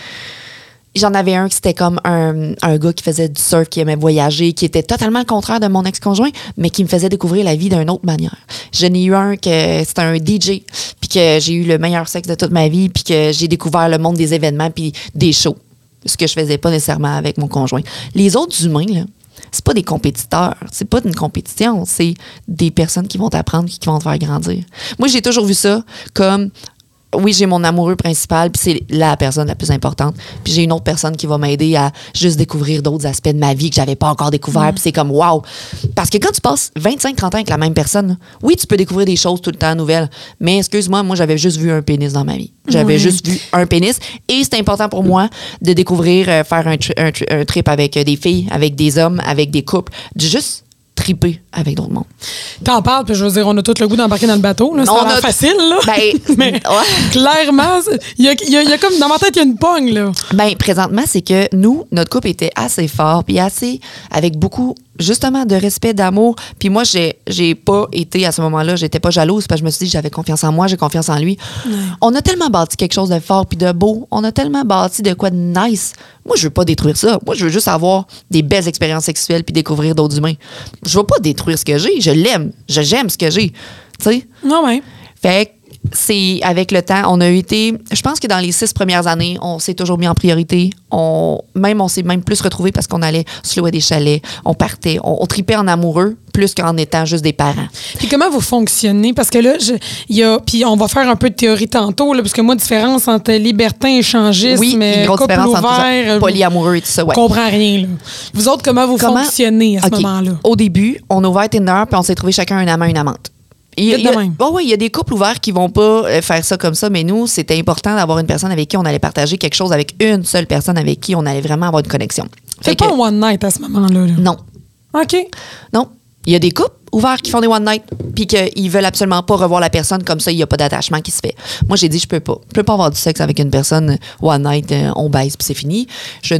J'en avais un qui c'était comme un gars qui faisait du surf, qui aimait voyager, qui était totalement le contraire de mon ex-conjoint, mais qui me faisait découvrir la vie d'une autre manière. J'en ai eu un que c'était un DJ, puis que j'ai eu le meilleur sexe de toute ma vie, puis que j'ai découvert le monde des événements puis des shows, ce que je faisais pas nécessairement avec mon conjoint. Les autres humains, là, c'est pas des compétiteurs, c'est pas une compétition, c'est des personnes qui vont t'apprendre, qui vont te faire grandir. Moi, j'ai toujours vu ça comme... Oui, j'ai mon amoureux principal, puis c'est la personne la plus importante. Puis j'ai une autre personne qui va m'aider à juste découvrir d'autres aspects de ma vie que j'avais pas encore découvert. Puis c'est comme wow. Parce que quand tu passes 25-30 ans avec la même personne, oui, tu peux découvrir des choses tout le temps nouvelles. Mais excuse-moi, moi, j'avais juste vu un pénis dans ma vie. J'avais juste vu un pénis. Et c'est important pour moi de découvrir, faire un trip avec des filles, avec des hommes, avec des couples. Juste triper avec d'autres mondes. T'en parles, puis je veux dire, on a tout le goût d'embarquer dans le bateau. Là, ça a l'air facile, là. Ben, mais clairement, il y a comme dans ma tête, il y a une pogne, là. Ben, présentement, c'est que nous, notre couple était assez fort, puis assez, avec beaucoup, justement, de respect, d'amour. Puis moi, j'ai pas été, à ce moment-là, j'étais pas jalouse, parce que je me suis dit, j'avais confiance en moi, j'ai confiance en lui. Ouais. On a tellement bâti quelque chose de fort, puis de beau. On a tellement bâti de quoi de nice. Moi, je veux pas détruire ça. Moi, je veux juste avoir des belles expériences sexuelles, puis découvrir d'autres humains. Je veux pas détruire ce que j'ai. Je l'aime. J'aime ce que j'ai. Tu sais? Non, ouais. Fait que c'est avec le temps, on a été, je pense que dans les 6 premières années, on s'est toujours mis en priorité. On s'est même plus retrouvés parce qu'on allait se louer des chalets, on partait, on tripait en amoureux plus qu'en étant juste des parents. Puis comment vous fonctionnez? Parce que là, puis on va faire un peu de théorie tantôt, là, parce que moi, différence entre libertin, échangisme, oui, une grosse couple différence ouvert, entre polyamoureux et tout ça. Ouais. Je comprends rien. Là. Vous autres, comment vous fonctionnez à ce moment-là? Au début, on a ouvert Tinder puis on s'est trouvé chacun un amant, une amante. Il y a des couples ouverts qui vont pas faire ça comme ça, mais nous, c'était important d'avoir une personne avec qui on allait partager quelque chose, avec une seule personne avec qui on allait vraiment avoir une connexion. C'est pas un one night à ce moment-là. Là. Non. OK. Non. Il y a des couples ouverts qui font des one night puis qu'ils veulent absolument pas revoir la personne, comme ça, il n'y a pas d'attachement qui se fait. Moi, j'ai dit, je peux pas. Je peux pas avoir du sexe avec une personne one night, on baise puis c'est fini. Je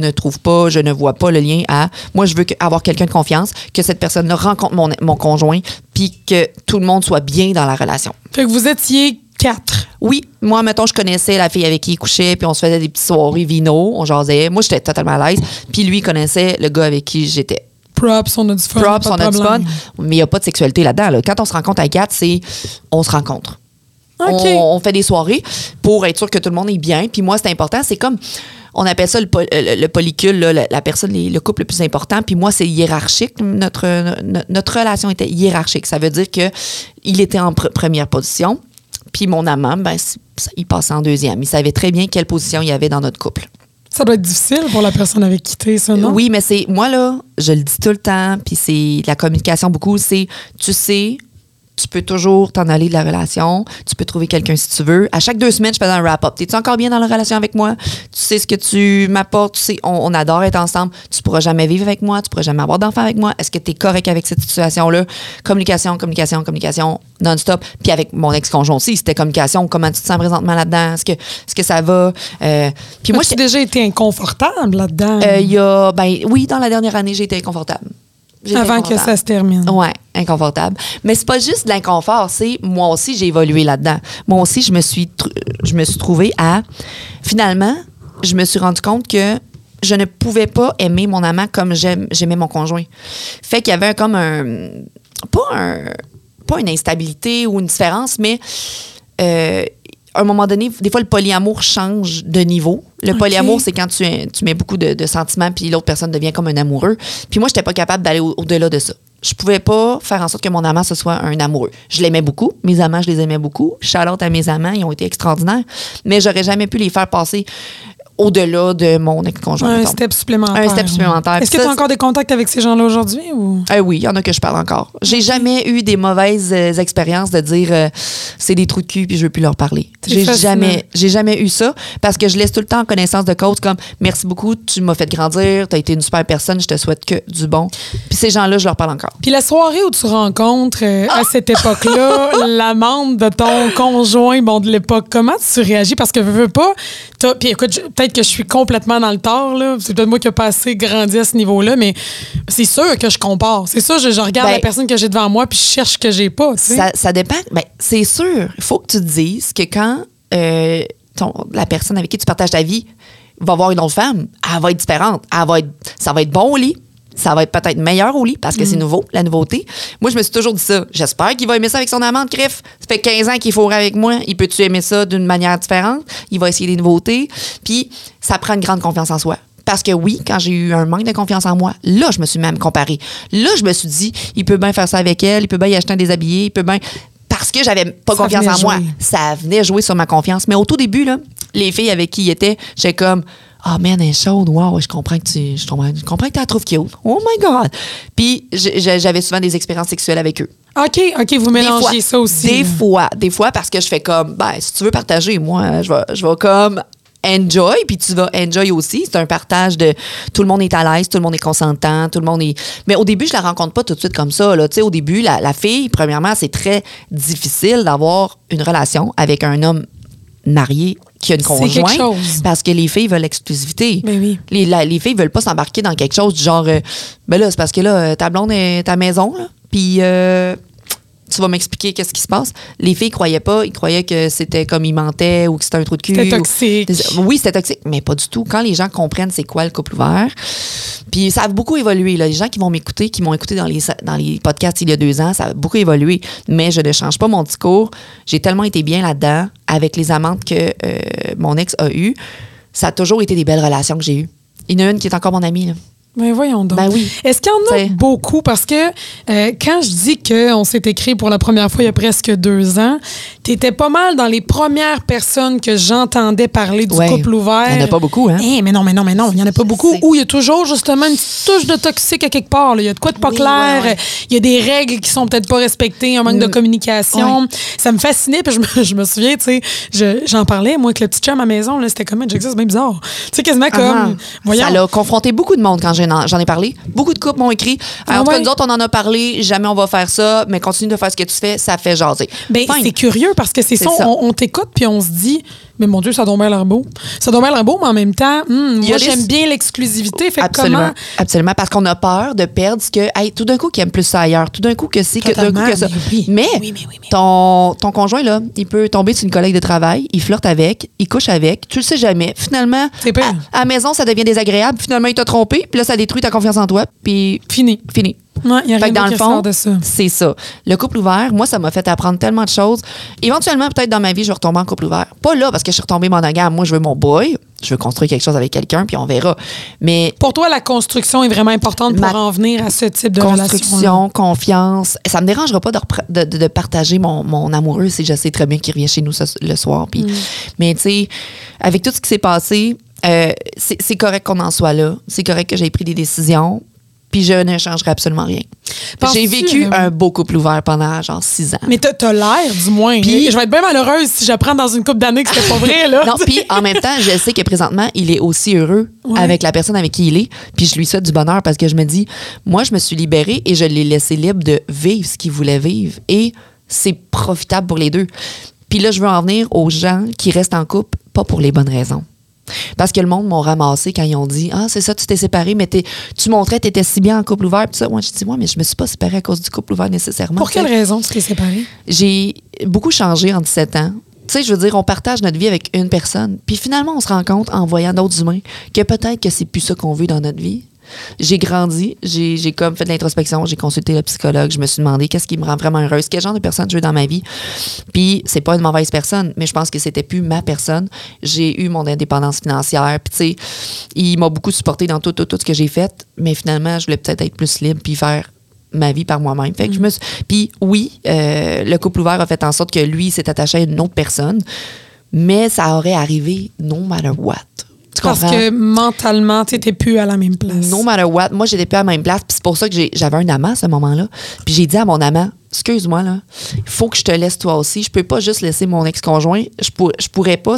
ne vois pas le lien à... Moi, je veux avoir quelqu'un de confiance, que cette personne-là rencontre mon conjoint puis que tout le monde soit bien dans la relation. Fait que vous étiez 4. Oui, moi, mettons, je connaissais la fille avec qui il couchait, puis on se faisait des petites soirées vino, on jasait. Moi, j'étais totalement à l'aise. Puis lui, il connaissait le gars avec qui j'étais. Props, on a du fun. Props, on a du fun. Mais il n'y a pas de sexualité là-dedans. Là. Quand on se rencontre à 4, c'est on se rencontre. Okay. On fait des soirées pour être sûr que tout le monde est bien. Puis moi, c'est important. C'est comme, on appelle ça le polycule, là, la personne, le couple le plus important. Puis moi, c'est hiérarchique. Notre relation était hiérarchique. Ça veut dire qu'il était en première position. Puis mon amant, il passait en deuxième. Il savait très bien quelle position il y avait dans notre couple. Ça doit être difficile pour la personne avec qui t'es, ça, non? Oui, mais c'est... Moi, là, je le dis tout le temps, puis c'est la communication beaucoup, c'est... Tu sais, tu peux toujours t'en aller de la relation. Tu peux trouver quelqu'un si tu veux. À chaque 2 semaines, je faisais un wrap-up. T'es-tu encore bien dans la relation avec moi? Tu sais ce que tu m'apportes. Tu sais, on adore être ensemble. Tu pourras jamais vivre avec moi. Tu pourras jamais avoir d'enfant avec moi. Est-ce que t'es correct avec cette situation-là? Communication non-stop. Puis avec mon ex-conjoint aussi, c'était communication. Comment tu te sens présentement là-dedans? Est-ce que ça va? Puis moi, j'ai déjà été inconfortable là-dedans. Oui, dans la dernière année, j'ai été inconfortable. Avant que ça se termine. Oui, inconfortable. Mais c'est pas juste de l'inconfort, c'est moi aussi, j'ai évolué là-dedans. Moi aussi, je me suis trouvée à... Finalement, je me suis rendu compte que je ne pouvais pas aimer mon amant comme j'aimais mon conjoint. Fait qu'il y avait comme pas une instabilité ou une différence, mais... à un moment donné, des fois, le polyamour change de niveau. Le polyamour, c'est quand tu mets beaucoup de sentiments puis l'autre personne devient comme un amoureux. Puis moi, je n'étais pas capable d'aller au-delà de ça. Je pouvais pas faire en sorte que mon amant, ce soit un amoureux. Je l'aimais beaucoup. Mes amants, je les aimais beaucoup. Shout-out à mes amants, ils ont été extraordinaires. Mais j'aurais jamais pu les faire passer au-delà de mon ex-conjoint. Un mettons. step supplémentaire. Un step supplémentaire. Est-ce que Puis tu as ça, encore des contacts avec ces gens-là aujourd'hui? Ou? oui, il y en a que je parle encore. J'ai jamais eu des mauvaises expériences de dire c'est des trous de cul puis je veux plus leur parler. J'ai jamais eu ça parce que je laisse tout le temps en connaissance de cause comme merci beaucoup, tu m'as fait grandir, tu as été une super personne, je te souhaite que du bon. Puis ces gens-là, je leur parle encore. Puis la soirée où tu rencontres à cette époque-là l'amante de ton conjoint de l'époque, comment tu réagis? Parce que veux pas. Puis écoute, peut-être que je suis complètement dans le tort, là. C'est peut-être moi qui n'ai pas assez grandi à ce niveau-là, mais c'est sûr que je compare. C'est sûr, je regarde la personne que j'ai devant moi puis je cherche ce que j'ai pas. Tu sais. Ça dépend. Ben, c'est sûr. Il faut que tu te dises que quand la personne avec qui tu partages ta vie va voir une autre femme, elle va être différente. Ça va être bon au lit. Ça va être peut-être meilleur au lit parce que c'est nouveau, la nouveauté. Moi, je me suis toujours dit ça. J'espère qu'il va aimer ça avec son amante, Criff. Ça fait 15 ans qu'il fourre avec moi. Il peut-tu aimer ça d'une manière différente? Il va essayer des nouveautés. Puis, ça prend une grande confiance en soi. Parce que oui, quand j'ai eu un manque de confiance en moi, là, je me suis même comparée. Là, je me suis dit, il peut bien faire ça avec elle, il peut bien y acheter un déshabillé, il peut bien... Parce que j'avais pas confiance en moi. Ça venait jouer sur ma confiance. Mais au tout début, là, les filles avec qui il était, j'étais comme... Ah, man, elle est chaude. Wow, je comprends que tu la trouves cute. Oh my God. Puis, j'avais souvent des expériences sexuelles avec eux. OK, vous mélangez ça aussi. Des fois, parce que je fais comme, si tu veux partager, moi, je vais comme enjoy, puis tu vas enjoy aussi. C'est un partage de tout le monde est à l'aise, tout le monde est consentant, tout le monde est... Mais au début, je la rencontre pas tout de suite comme ça. Là. Tu sais, au début, la fille, premièrement, c'est très difficile d'avoir une relation avec un homme marié qui a une conjointe parce que les filles veulent l'exclusivité. Ben oui. Les filles veulent pas s'embarquer dans quelque chose du genre là, c'est parce que là, ta blonde est à ta maison, là, puis tu vas m'expliquer qu'est-ce qui se passe. Les filles croyaient pas, ils croyaient que c'était comme ils mentaient ou que c'était un trou de cul. C'était toxique. Oui, c'était toxique, mais pas du tout. Quand les gens comprennent c'est quoi le couple ouvert, puis ça a beaucoup évolué. Là. Les gens qui vont m'écouter, qui m'ont écouté dans les podcasts il y a 2 ans, ça a beaucoup évolué. Mais je ne change pas mon discours. J'ai tellement été bien là-dedans avec les amantes que mon ex a eues. Ça a toujours été des belles relations que j'ai eues. Il y en a une qui est encore mon amie, là. Ben voyons donc. Ben oui. Est-ce qu'il y en a beaucoup? Parce que quand je dis qu'on s'est écrit pour la première fois il y a presque 2 ans, t'étais pas mal dans les premières personnes que j'entendais parler du couple ouvert. Il n'y en a pas beaucoup, hein? Mais non. Il n'y en a pas beaucoup. Où il y a toujours justement une petite touche de toxique à quelque part. Là. Il y a de quoi de pas clair. Il y a des règles qui sont peut-être pas respectées, un manque de communication. Ouais. Ça me fascinait. Puis je me souviens, tu sais, j'en parlais, moi, avec le petit chum à la maison. Là, c'était comme, c'est bien bizarre. Tu sais, quasiment comme... Ça l'a confronté beaucoup de monde quand j'en ai parlé. Beaucoup de couples m'ont écrit. En tout cas, nous autres, on en a parlé. Jamais on va faire ça, mais continue de faire ce que tu fais. Ça fait jaser. Ben, c'est curieux parce que c'est ça. On t'écoute puis on se dit, mais mon Dieu, ça doit bien l'air beau. Ça doit bien l'air beau, mais en même temps, moi, j'aime bien l'exclusivité. Fait absolument. Absolument. Parce qu'on a peur de perdre ce que, tout d'un coup, qu'il aime plus ça ailleurs. Tout d'un coup, que c'est, que d'un coup, que ça. Mais ton conjoint, là, il peut tomber sur une collègue de travail, il flirte avec, il couche avec, tu le sais jamais. Finalement, à la maison, ça devient désagréable. Finalement, il t'a trompé, puis là, ça détruit ta confiance en toi, puis fini. Ouais, y a rien dans le fond, de ça. C'est ça. Le couple ouvert, moi, ça m'a fait apprendre tellement de choses. Éventuellement, peut-être dans ma vie, je vais retomber en couple ouvert. Pas là, parce que je suis retombée monogame. Moi, je veux mon boy. Je veux construire quelque chose avec quelqu'un, puis on verra. Mais pour toi, la construction est vraiment importante pour en venir à ce type de relation. Construction, confiance. Ça me dérangera pas de partager mon amoureux si je sais très bien qu'il revient chez nous le soir. Puis, mais tu sais, avec tout ce qui s'est passé, c'est correct qu'on en soit là. C'est correct que j'ai pris des décisions. Puis je ne changerai absolument rien. J'ai vécu un beau couple ouvert pendant genre 6 ans. Mais t'as l'air, du moins. Puis je vais être bien malheureuse si j'apprends dans une couple d'années que c'était pas vrai, là. Non, puis en même temps, je sais que présentement, il est aussi heureux avec la personne avec qui il est. Puis je lui souhaite du bonheur parce que je me dis, moi, je me suis libérée et je l'ai laissé libre de vivre ce qu'il voulait vivre. Et c'est profitable pour les deux. Puis là, je veux en venir aux gens qui restent en couple, pas pour les bonnes raisons. Parce que le monde m'ont ramassé quand ils ont dit « Ah, c'est ça, tu t'es séparé, mais tu montrais que tu étais si bien en couple ouvert. » Puis ça, moi, je dis « mais je me suis pas séparée à cause du couple ouvert nécessairement. » Pour quelle raison tu t'es séparée? J'ai beaucoup changé en 17 ans. Tu sais, je veux dire, on partage notre vie avec une personne. Puis finalement, on se rend compte en voyant d'autres humains que peut-être que c'est plus ça qu'on veut dans notre vie. J'ai grandi, j'ai comme fait de l'introspection, j'ai consulté le psychologue, je me suis demandé qu'est-ce qui me rend vraiment heureuse, quel genre de personne je veux dans ma vie. Puis c'est pas une mauvaise personne, mais je pense que c'était plus ma personne. J'ai eu mon indépendance financière, puis tu sais, il m'a beaucoup supporté dans tout ce que j'ai fait, mais finalement, je voulais peut-être être plus libre puis faire ma vie par moi-même. Fait que puis oui, le couple ouvert a fait en sorte que lui s'est attaché à une autre personne, mais ça aurait arrivé no matter what. Parce que mentalement, tu n'étais plus à la même place. No matter what, moi, j'étais plus à la même place. Puis c'est pour ça que j'avais un amant à ce moment-là. Puis j'ai dit à mon amant, excuse-moi, là, il faut que je te laisse toi aussi. Je peux pas juste laisser mon ex-conjoint. Je pourrais pas,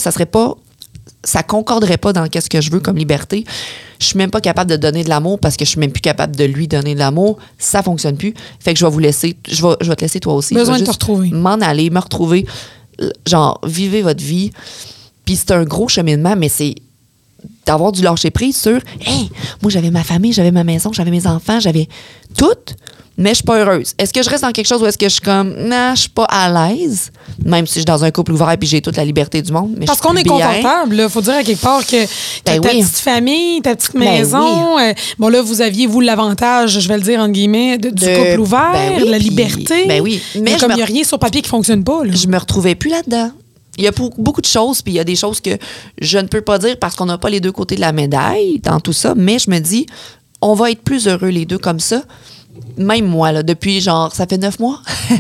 ça concorderait pas dans qu'est-ce que je veux comme liberté. Je suis même pas capable de donner de l'amour parce que je suis même plus capable de lui donner de l'amour. Ça fonctionne plus. Fait que je vais vous laisser. Je vais te laisser toi aussi. Besoin de te juste retrouver. M'en aller, me retrouver. Genre, vivez votre vie. Puis c'est un gros cheminement, mais c'est d'avoir du lâcher prise sur hey, moi j'avais ma famille, j'avais ma maison, j'avais mes enfants, j'avais tout, mais je suis pas heureuse. Est-ce que je reste dans quelque chose où est-ce que je suis comme non, je suis pas à l'aise, même si je suis dans un couple ouvert puis j'ai toute la liberté du monde, mais parce qu'on est confortable, il faut dire à quelque part que ta petite famille, ta petite maison, bon là vous aviez vous l'avantage, je vais le dire entre guillemets, du couple ouvert, de la liberté. Ben oui, mais comme il n'y a rien sur papier qui fonctionne pas là. Je me retrouvais plus là-dedans. Il y a beaucoup de choses, puis il y a des choses que je ne peux pas dire parce qu'on n'a pas les deux côtés de la médaille dans tout ça, mais je me dis, on va être plus heureux les deux comme ça. Même moi, là, depuis genre, ça fait 9 mois,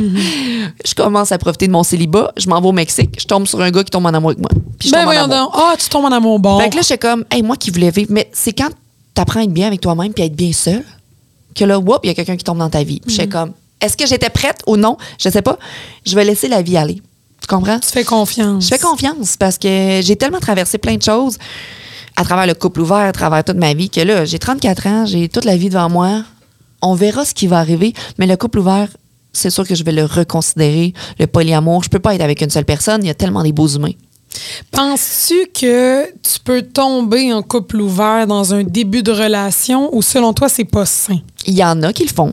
je commence à profiter de mon célibat, je m'en vais au Mexique, je tombe sur un gars qui tombe en amour avec moi. Puis je tombe en amour. Tu tombes en amour, bon. Fait que là, j'étais comme, hey, moi qui voulais vivre, mais c'est quand t'apprends à être bien avec toi-même puis à être bien seul, que là, il y a quelqu'un qui tombe dans ta vie. Puis j'étais comme, est-ce que j'étais prête ou non? Je sais pas. Je vais laisser la vie aller. Tu comprends? Tu fais confiance. Je fais confiance parce que j'ai tellement traversé plein de choses à travers le couple ouvert, à travers toute ma vie, que là, j'ai 34 ans, j'ai toute la vie devant moi. On verra ce qui va arriver, mais le couple ouvert, c'est sûr que je vais le reconsidérer. Le polyamour, je peux pas être avec une seule personne, il y a tellement des beaux humains. Penses-tu que tu peux tomber en couple ouvert dans un début de relation ou selon toi, c'est pas sain? Il y en a qui le font.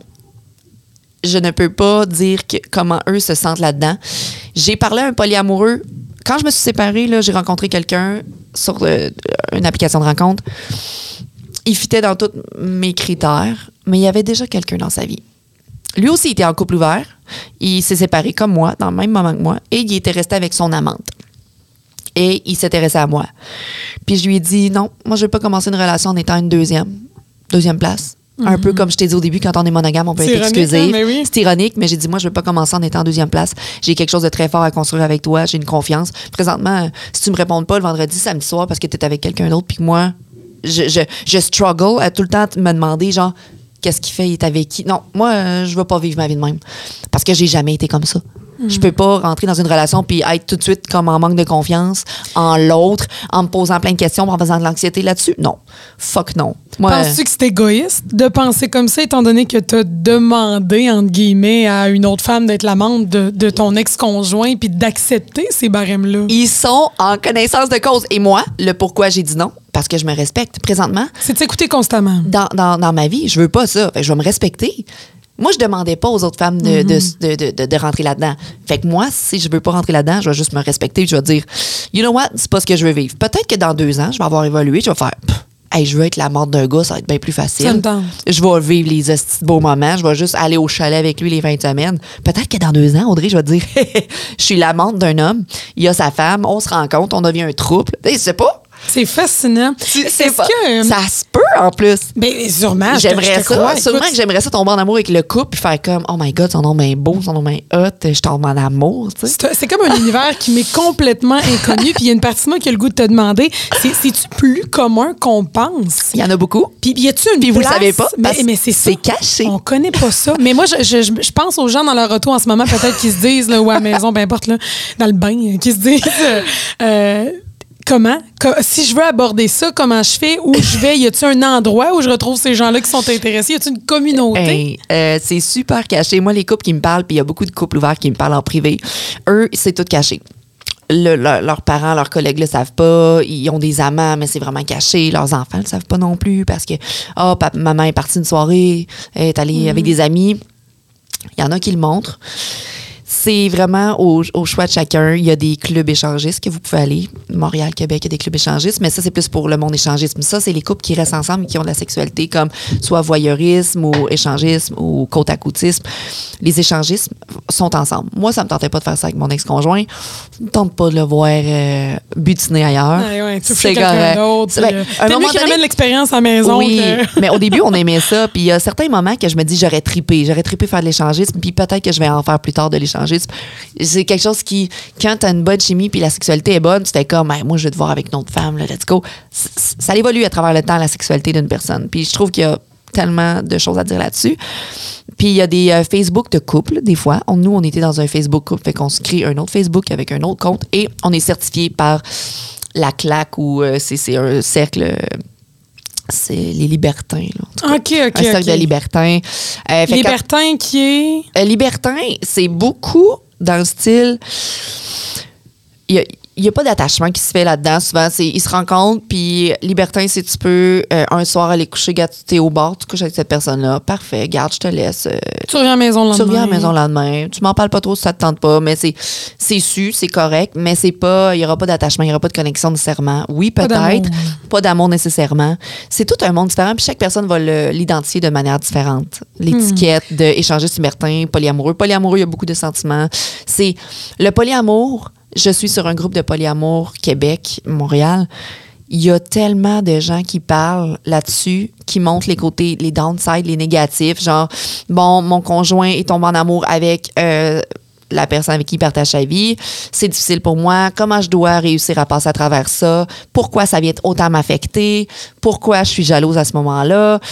Je ne peux pas dire comment eux se sentent là-dedans. J'ai parlé à un polyamoureux. Quand je me suis séparée, là, j'ai rencontré quelqu'un sur une application de rencontre. Il fitait dans tous mes critères, mais il y avait déjà quelqu'un dans sa vie. Lui aussi, il était en couple ouvert. Il s'est séparé comme moi, dans le même moment que moi, et il était resté avec son amante. Et il s'intéressait à moi. Puis je lui ai dit, non, moi, je ne veux pas commencer une relation en étant une deuxième place. Un peu comme je t'ai dit au début, quand on est monogame, on peut être exclusif. Mais oui. C'est ironique, mais j'ai dit, moi, je veux pas commencer en étant en deuxième place. J'ai quelque chose de très fort à construire avec toi. J'ai une confiance. Présentement, si tu me réponds pas le vendredi, samedi soir, parce que tu es avec quelqu'un d'autre, puis que moi, je struggle à tout le temps me demander, genre, qu'est-ce qu'il fait, il est avec qui? Non, moi, je veux pas vivre ma vie de même. Parce que j'ai jamais été comme ça. Je peux pas rentrer dans une relation puis être tout de suite comme en manque de confiance en l'autre, en me posant plein de questions, en faisant de l'anxiété là-dessus. Non. Fuck non. Moi, penses-tu que c'est égoïste de penser comme ça, étant donné que tu as demandé, entre guillemets, à une autre femme d'être l'amante de ton ex-conjoint puis d'accepter ces barèmes-là? Ils sont en connaissance de cause. Et moi, le pourquoi j'ai dit non, parce que je me respecte. Présentement, c'est de s'écouter constamment. Dans ma vie, je veux pas ça. Fait que je vais me respecter. Moi, je demandais pas aux autres femmes de rentrer là-dedans. Fait que moi, si je veux pas rentrer là-dedans, je vais juste me respecter. Je vais dire, you know what, c'est pas ce que je veux vivre. Peut-être que dans 2 ans, je vais avoir évolué, je vais faire, hey, je veux être la morte d'un gars, ça va être bien plus facile. Ça me tente. Je vais vivre les beaux moments, je vais juste aller au chalet avec lui les fins de semaine. Peut-être que dans 2 ans, Audrey, je vais te dire, je suis l'amante d'un homme, il a sa femme, on se rencontre, on devient un couple. Je sais pas. C'est fascinant. C'est pas. Ça se peut, en plus. Bien, sûrement. J'aimerais ça. Sûrement que j'aimerais ça tomber en amour avec le couple et faire comme, oh my God, son nom est beau, son nom est hot, je tombe en amour. Tu sais. C'est comme un univers qui m'est complètement inconnu. Puis il y a une partie de moi qui a le goût de te demander, c'est-tu plus commun qu'on pense? Il y en a beaucoup. Puis y a-tu une Puis place? Vous le savez pas. Mais c'est caché. On connaît pas ça. Mais moi, je pense aux gens dans leur auto en ce moment, peut-être qui se disent, là, ou à la maison, peu importe, là, dans le bain, qui se disent... Comment? Si je veux aborder ça, comment je fais? Où je vais? Y a-t-il un endroit où je retrouve ces gens-là qui sont intéressés? Y a-t-il une communauté? C'est super caché. Moi, les couples qui me parlent, puis il y a beaucoup de couples ouverts qui me parlent en privé, eux, c'est tout caché. Leurs parents, leurs collègues le savent pas. Ils ont des amants, mais c'est vraiment caché. Leurs enfants le savent pas non plus parce que maman est partie une soirée, elle est allée avec des amis. Il y en a qui le montrent. C'est vraiment au choix de chacun. Il y a des clubs échangistes que vous pouvez aller. Montréal, Québec, il y a des clubs échangistes, mais ça, c'est plus pour le monde échangisme. Ça, c'est les couples qui restent ensemble et qui ont de la sexualité, comme soit voyeurisme ou échangisme ou côte-à-côtisme. Les échangismes sont ensemble. Moi, ça me tentait pas de faire ça avec mon ex-conjoint. Ça me tente pas de le voir butiner ailleurs. C'est quelqu'un d'autre. T'es mieux qu'il ramène l'expérience à la maison. Oui, mais au début, on aimait ça. Puis il y a certains moments que je me dis, j'aurais trippé faire de l'échangisme, puis peut-être que je vais en faire plus tard de l'échangisme. échanger. C'est quelque chose qui, quand t'as une bonne chimie puis la sexualité est bonne, tu fais comme, moi, je vais te voir avec une autre femme, là, let's go. Ça évolue à travers le temps, la sexualité d'une personne. Puis je trouve qu'il y a tellement de choses à dire là-dessus. Puis il y a des Facebook de couple, des fois. Nous, on était dans un Facebook couple, fait qu'on se crée un autre Facebook avec un autre compte et on est certifié par la claque ou c'est un cercle... c'est les libertins. Là, OK. un cercle de libertins. Libertin qui est... Libertin, c'est beaucoup dans le style... Il n'y a pas d'attachement qui se fait là-dedans. Souvent, ils se rencontrent, puis libertin, c'est tu peux un soir aller coucher, garde, tu es au bar, tu couches avec cette personne-là. Parfait, garde, je te laisse. Tu reviens à la maison le lendemain. Tu reviens à la maison le lendemain. Tu m'en parles pas trop si ça te tente pas, mais c'est su, c'est correct, mais c'est pas, il n'y aura pas d'attachement, il n'y aura pas de connexion nécessairement. Oui, peut-être, pas d'amour nécessairement. C'est tout un monde différent, puis chaque personne va l'identifier de manière différente. L'étiquette d'échanger libertin, polyamoureux. Polyamoureux, il y a beaucoup de sentiments. C'est le polyamour. Je suis sur un groupe de polyamour Québec, Montréal. Il y a tellement de gens qui parlent là-dessus, qui montrent les côtés, les downsides, les négatifs. Genre, bon, mon conjoint est tombé en amour avec la personne avec qui il partage sa vie. C'est difficile pour moi. Comment je dois réussir à passer à travers ça? Pourquoi ça vient autant m'affecter? Pourquoi je suis jalouse à ce moment-là?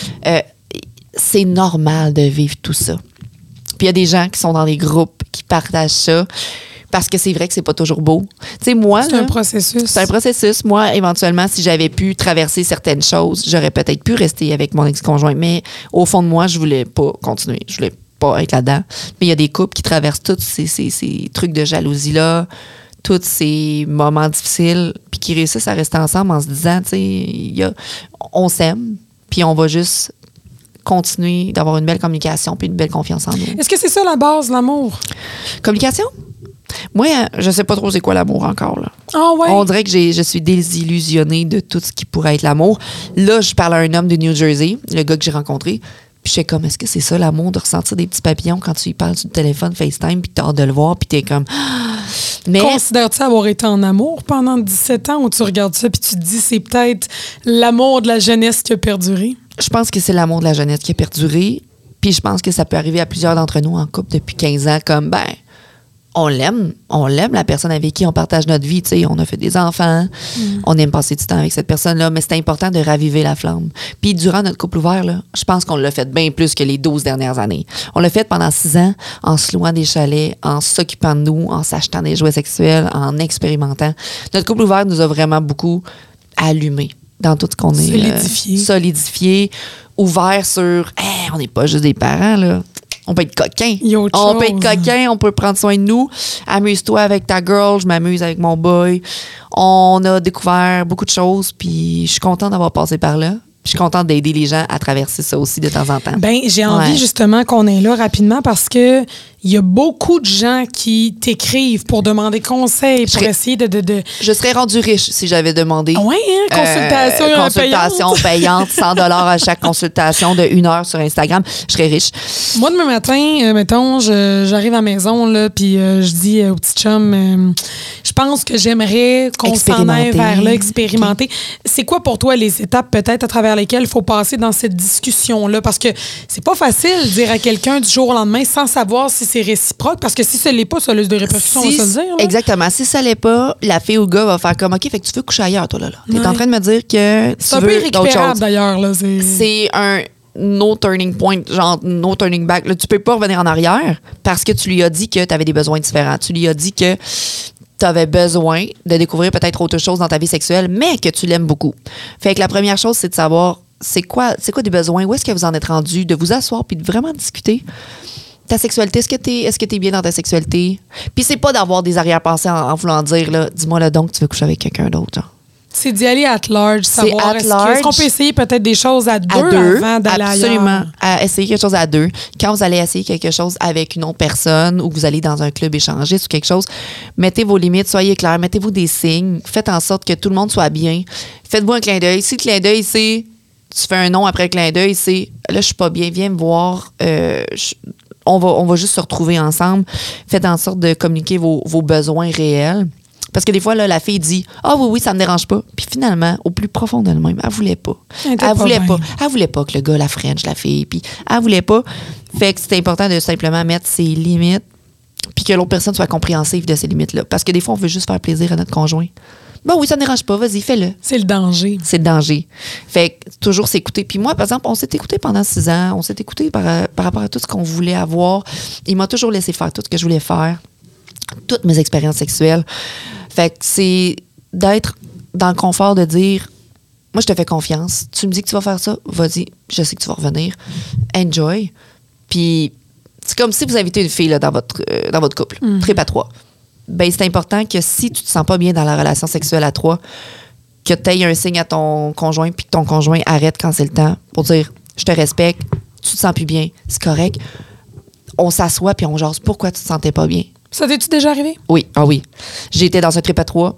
C'est normal de vivre tout ça. Puis il y a des gens qui sont dans des groupes qui partagent ça. Parce que c'est vrai que c'est pas toujours beau. Tu sais, moi. C'est un processus. C'est un processus. Moi, éventuellement, si j'avais pu traverser certaines choses, j'aurais peut-être pu rester avec mon ex-conjoint. Mais au fond de moi, je voulais pas continuer. Je voulais pas être là-dedans. Mais il y a des couples qui traversent tous ces trucs de jalousie-là, tous ces moments difficiles, puis qui réussissent à rester ensemble en se disant, tu sais, on s'aime, puis on va juste continuer d'avoir une belle communication puis une belle confiance en nous. Est-ce que c'est ça la base, l'amour? Communication? Moi, je sais pas trop c'est quoi l'amour encore. Là. Ah ouais? On dirait que je suis désillusionnée de tout ce qui pourrait être l'amour. Là, je parle à un homme de New Jersey, le gars que j'ai rencontré. Puis je sais comme, est-ce que c'est ça l'amour, de ressentir des petits papillons quand tu lui parles sur le téléphone, FaceTime, puis t'as hâte de le voir, puis t'es comme... Mais considères-tu avoir été en amour pendant 17 ans ou tu regardes ça puis tu te dis c'est peut-être l'amour de la jeunesse qui a perduré? Je pense que c'est l'amour de la jeunesse qui a perduré. Puis je pense que ça peut arriver à plusieurs d'entre nous en couple depuis 15 ans, comme, on l'aime la personne avec qui on partage notre vie, tu sais, on a fait des enfants, on aime passer du temps avec cette personne-là, mais c'est important de raviver la flamme. Puis durant notre couple ouvert, là, je pense qu'on l'a fait bien plus que les 12 dernières années. On l'a fait pendant 6 ans en se louant des chalets, en s'occupant de nous, en s'achetant des jouets sexuels, en expérimentant. Notre couple ouvert nous a vraiment beaucoup allumés dans tout ce qu'on est. Solidifié, ouvert sur, on n'est pas juste des parents, là. On peut être coquin. On peut être coquin, on peut prendre soin de nous. Amuse-toi avec ta girl, je m'amuse avec mon boy. On a découvert beaucoup de choses, puis je suis contente d'avoir passé par là. Je suis contente d'aider les gens à traverser ça aussi de temps en temps. J'ai envie justement qu'on est là rapidement parce que il y a beaucoup de gens qui t'écrivent pour demander conseil, pour essayer de... Je serais rendue riche si j'avais demandé. Oui, consultation payante, $100 à chaque consultation de 1 heure sur Instagram. Je serais riche. Moi, demain matin, mettons, j'arrive à la maison, là, puis je dis au petit chum, je pense que j'aimerais qu'on s'en aille vers là, expérimenter. Okay. C'est quoi pour toi les étapes peut-être à travers lesquelles il faut passer dans cette discussion-là? Parce que c'est pas facile de dire à quelqu'un du jour au lendemain sans savoir si c'est réciproque, parce que si ce l'est pas, ça a des répercussions, on va se le dire. Là. Exactement. Si ça l'est pas, la fille ou le gars va faire comme, OK, fait que tu veux coucher ailleurs, toi, là. T'es en train de me dire que c'est un peu irrécupérable, d'ailleurs. Là, c'est un no turning point, genre no turning back. Là, tu peux pas revenir en arrière parce que tu lui as dit que tu avais des besoins différents. Tu lui as dit que tu avais besoin de découvrir peut-être autre chose dans ta vie sexuelle, mais que tu l'aimes beaucoup. Fait que la première chose, c'est de savoir c'est quoi des besoins, où est-ce que vous en êtes rendu, de vous asseoir puis de vraiment discuter. Ta sexualité, est-ce que t'es bien dans ta sexualité? Puis c'est pas d'avoir des arrière-pensées en voulant dire, là, dis-moi là donc, tu veux coucher avec quelqu'un d'autre, genre. C'est d'y aller at large, savoir est-ce qu'on peut essayer peut-être des choses à deux avant d'aller absolument, ailleurs? à essayer quelque chose à deux. Quand vous allez essayer quelque chose avec une autre personne ou que vous allez dans un club échangiste ou quelque chose, mettez vos limites, soyez clairs, mettez-vous des signes, faites en sorte que tout le monde soit bien. Faites-vous un clin d'œil. Si le clin d'œil, c'est tu fais un nom après le clin d'œil, c'est là, je suis pas bien, viens me voir, on va juste se retrouver ensemble. Faites en sorte de communiquer vos besoins réels. Parce que des fois, là, la fille dit « Ah oui, ça me dérange pas. » Puis finalement, au plus profond d'elle-même, elle voulait pas. Elle voulait pas que le gars la french, la fille. Puis elle voulait pas. Fait que c'est important de simplement mettre ses limites, puis que l'autre personne soit compréhensive de ces limites-là. Parce que des fois, on veut juste faire plaisir à notre conjoint. Ben oui, ça ne dérange pas, vas-y, fais-le. C'est le danger. C'est le danger. Fait que toujours s'écouter. Puis moi, par exemple, on s'est écouté pendant 6 ans. On s'est écouté par rapport à tout ce qu'on voulait avoir. Il m'a toujours laissé faire tout ce que je voulais faire. Toutes mes expériences sexuelles. Fait que c'est d'être dans le confort de dire, moi, je te fais confiance. Tu me dis que tu vas faire ça, vas-y, je sais que tu vas revenir. Enjoy. Puis c'est comme si vous invitez une fille là, dans votre couple, trip à 3. Ben, c'est important que si tu te sens pas bien dans la relation sexuelle à 3, que tu aies un signe à ton conjoint puis que ton conjoint arrête quand c'est le temps pour dire je te respecte, tu te sens plus bien, c'est correct. On s'assoit puis on jase pourquoi tu te sentais pas bien. Ça t'es-tu déjà arrivé? Oui, oui. J'étais dans un trip à 3,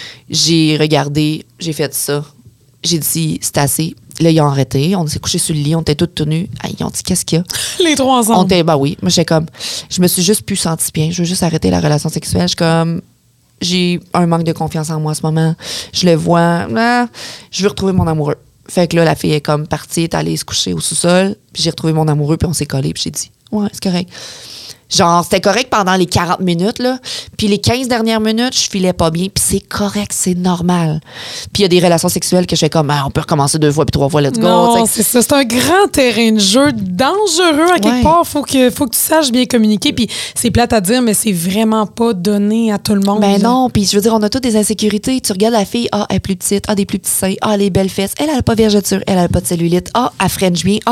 j'ai regardé, j'ai fait ça, j'ai dit c'est assez. Là, ils ont arrêté. On s'est couché sur le lit. On était toutes tenues. Ils ont dit, qu'est-ce qu'il y a? Les 3 ensemble. On était, ben oui. Moi, j'étais comme, je me suis juste plus sentie bien. Je veux juste arrêter la relation sexuelle. Je suis comme, j'ai un manque de confiance en moi en ce moment. Je le vois. Je veux retrouver mon amoureux. Fait que là, la fille est comme partie, est allée se coucher au sous-sol. Puis j'ai retrouvé mon amoureux, puis on s'est collés. Puis j'ai dit, ouais, c'est correct. Genre, c'était correct pendant les 40 minutes, là. Puis les 15 dernières minutes, je filais pas bien. Puis c'est correct, c'est normal. Puis il y a des relations sexuelles que je fais comme, on peut recommencer 2 fois puis 3 fois, let's go. Non, c'est ça. C'est un grand terrain de jeu dangereux à quelque part. Faut que tu saches bien communiquer. Puis c'est plate à dire, mais c'est vraiment pas donné à tout le monde. Ben non. Puis je veux dire, on a toutes des insécurités. Tu regardes la fille, elle est plus petite, des plus petits seins, elle a les belles fesses, elle a pas de vergeture, elle a pas de cellulite, elle French bien,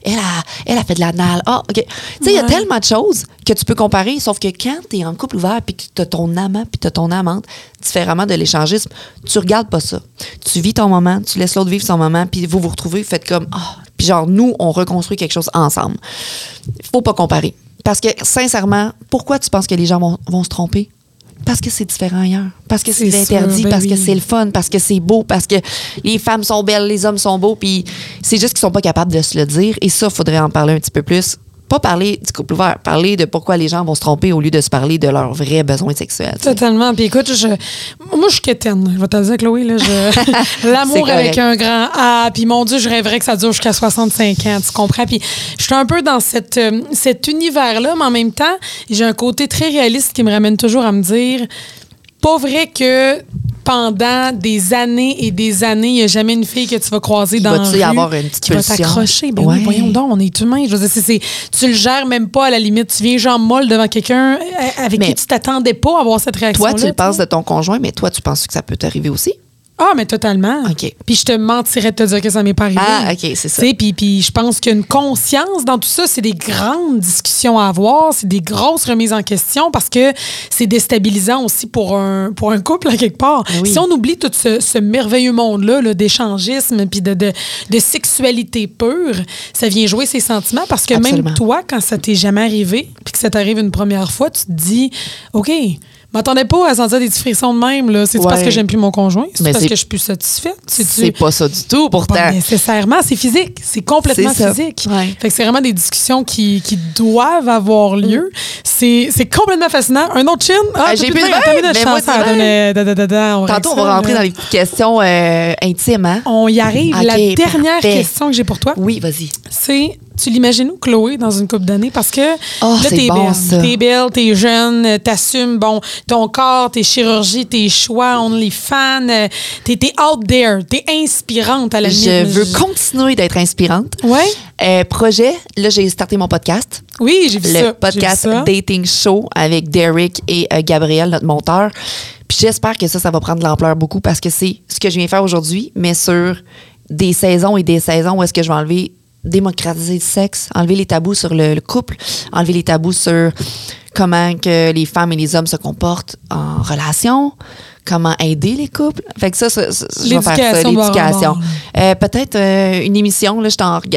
elle a fait de l'anal, OK. Tu sais, il y a tellement de choses que tu peux comparer, sauf que quand tu es en couple ouvert puis que tu as ton amant puis tu as ton amante, différemment de l'échangisme, tu regardes pas ça. Tu vis ton moment, tu laisses l'autre vivre son moment, puis vous retrouvez, vous faites comme puis genre nous on reconstruit quelque chose ensemble. Faut pas comparer parce que sincèrement, pourquoi tu penses que les gens vont se tromper? Parce que c'est différent ailleurs. Parce que c'est interdit, parce que c'est le fun, parce que c'est beau, parce que les femmes sont belles, les hommes sont beaux, puis c'est juste qu'ils sont pas capables de se le dire. Et ça, faudrait en parler un petit peu plus. Pas parler du couple ouvert, parler de pourquoi les gens vont se tromper au lieu de se parler de leurs vrais besoins sexuels. T'sais. Totalement. Puis écoute, moi, je suis quétaine. Je vais te le dire, Chloé. Là, l'amour avec un grand A. Puis mon Dieu, je rêverais que ça dure jusqu'à 65 ans. Tu comprends? Puis je suis un peu dans cet univers-là, mais en même temps, j'ai un côté très réaliste qui me ramène toujours à me dire, pas vrai que pendant des années et des années, il n'y a jamais une fille que tu vas croiser dans la rue avoir une petite qui va t'accrocher. Ben oui, voyons donc, on est humain. Je veux dire, tu le gères même pas à la limite. Tu viens genre molle devant quelqu'un avec qui tu t'attendais pas à avoir cette réaction-là. Toi, tu le penses de ton conjoint, mais toi, tu penses que ça peut t'arriver aussi? Ah, mais totalement. OK. Puis je te mentirais de te dire que ça m'est pas arrivé. Ah, OK, c'est ça. Puis je pense qu'une conscience dans tout ça, c'est des grandes discussions à avoir, c'est des grosses remises en question parce que c'est déstabilisant aussi pour un couple, à quelque part. Oui. Si on oublie tout ce merveilleux monde-là d'échangisme puis de sexualité pure, ça vient jouer ses sentiments parce que Absolument. Même toi, quand ça t'est jamais arrivé puis que ça t'arrive une première fois, tu te dis, OK, je m'attendais pas à sentir des petits frissons de même. Là. C'est-tu parce que j'aime plus mon conjoint? C'est parce que je suis plus satisfaite? C'est pas ça du tout, pourtant. Pas nécessairement. C'est physique. C'est complètement physique. Ouais. Fait que c'est vraiment des discussions qui doivent avoir lieu. C'est complètement fascinant. Un autre chin? J'ai plus de chance. Tantôt, on va rentrer dans les petites questions intimes. Hein? On y arrive. Okay, la dernière question que j'ai pour toi. Oui, vas-y. C'est... Tu l'imagines où, Chloé, dans une couple d'années? Parce que là, t'es bon, belle. T'es belle, t'es jeune, t'assumes, ton corps, tes chirurgies, tes choix, OnlyFans. T'es out there. T'es inspirante à la limite. Je veux continuer d'être inspirante. Oui. Projet, là, j'ai starté mon podcast. Oui, j'ai vu ça. Le podcast Dating Show avec Derek et Gabriel, notre monteur. Puis j'espère que ça va prendre de l'ampleur beaucoup parce que c'est ce que je viens faire aujourd'hui, mais sur des saisons et des saisons où est-ce que je vais enlever démocratiser le sexe, enlever les tabous sur le couple, enlever les tabous sur comment que les femmes et les hommes se comportent en relation, comment aider les couples. Fait que ça je vais faire ça, l'éducation. Peut-être une émission, là,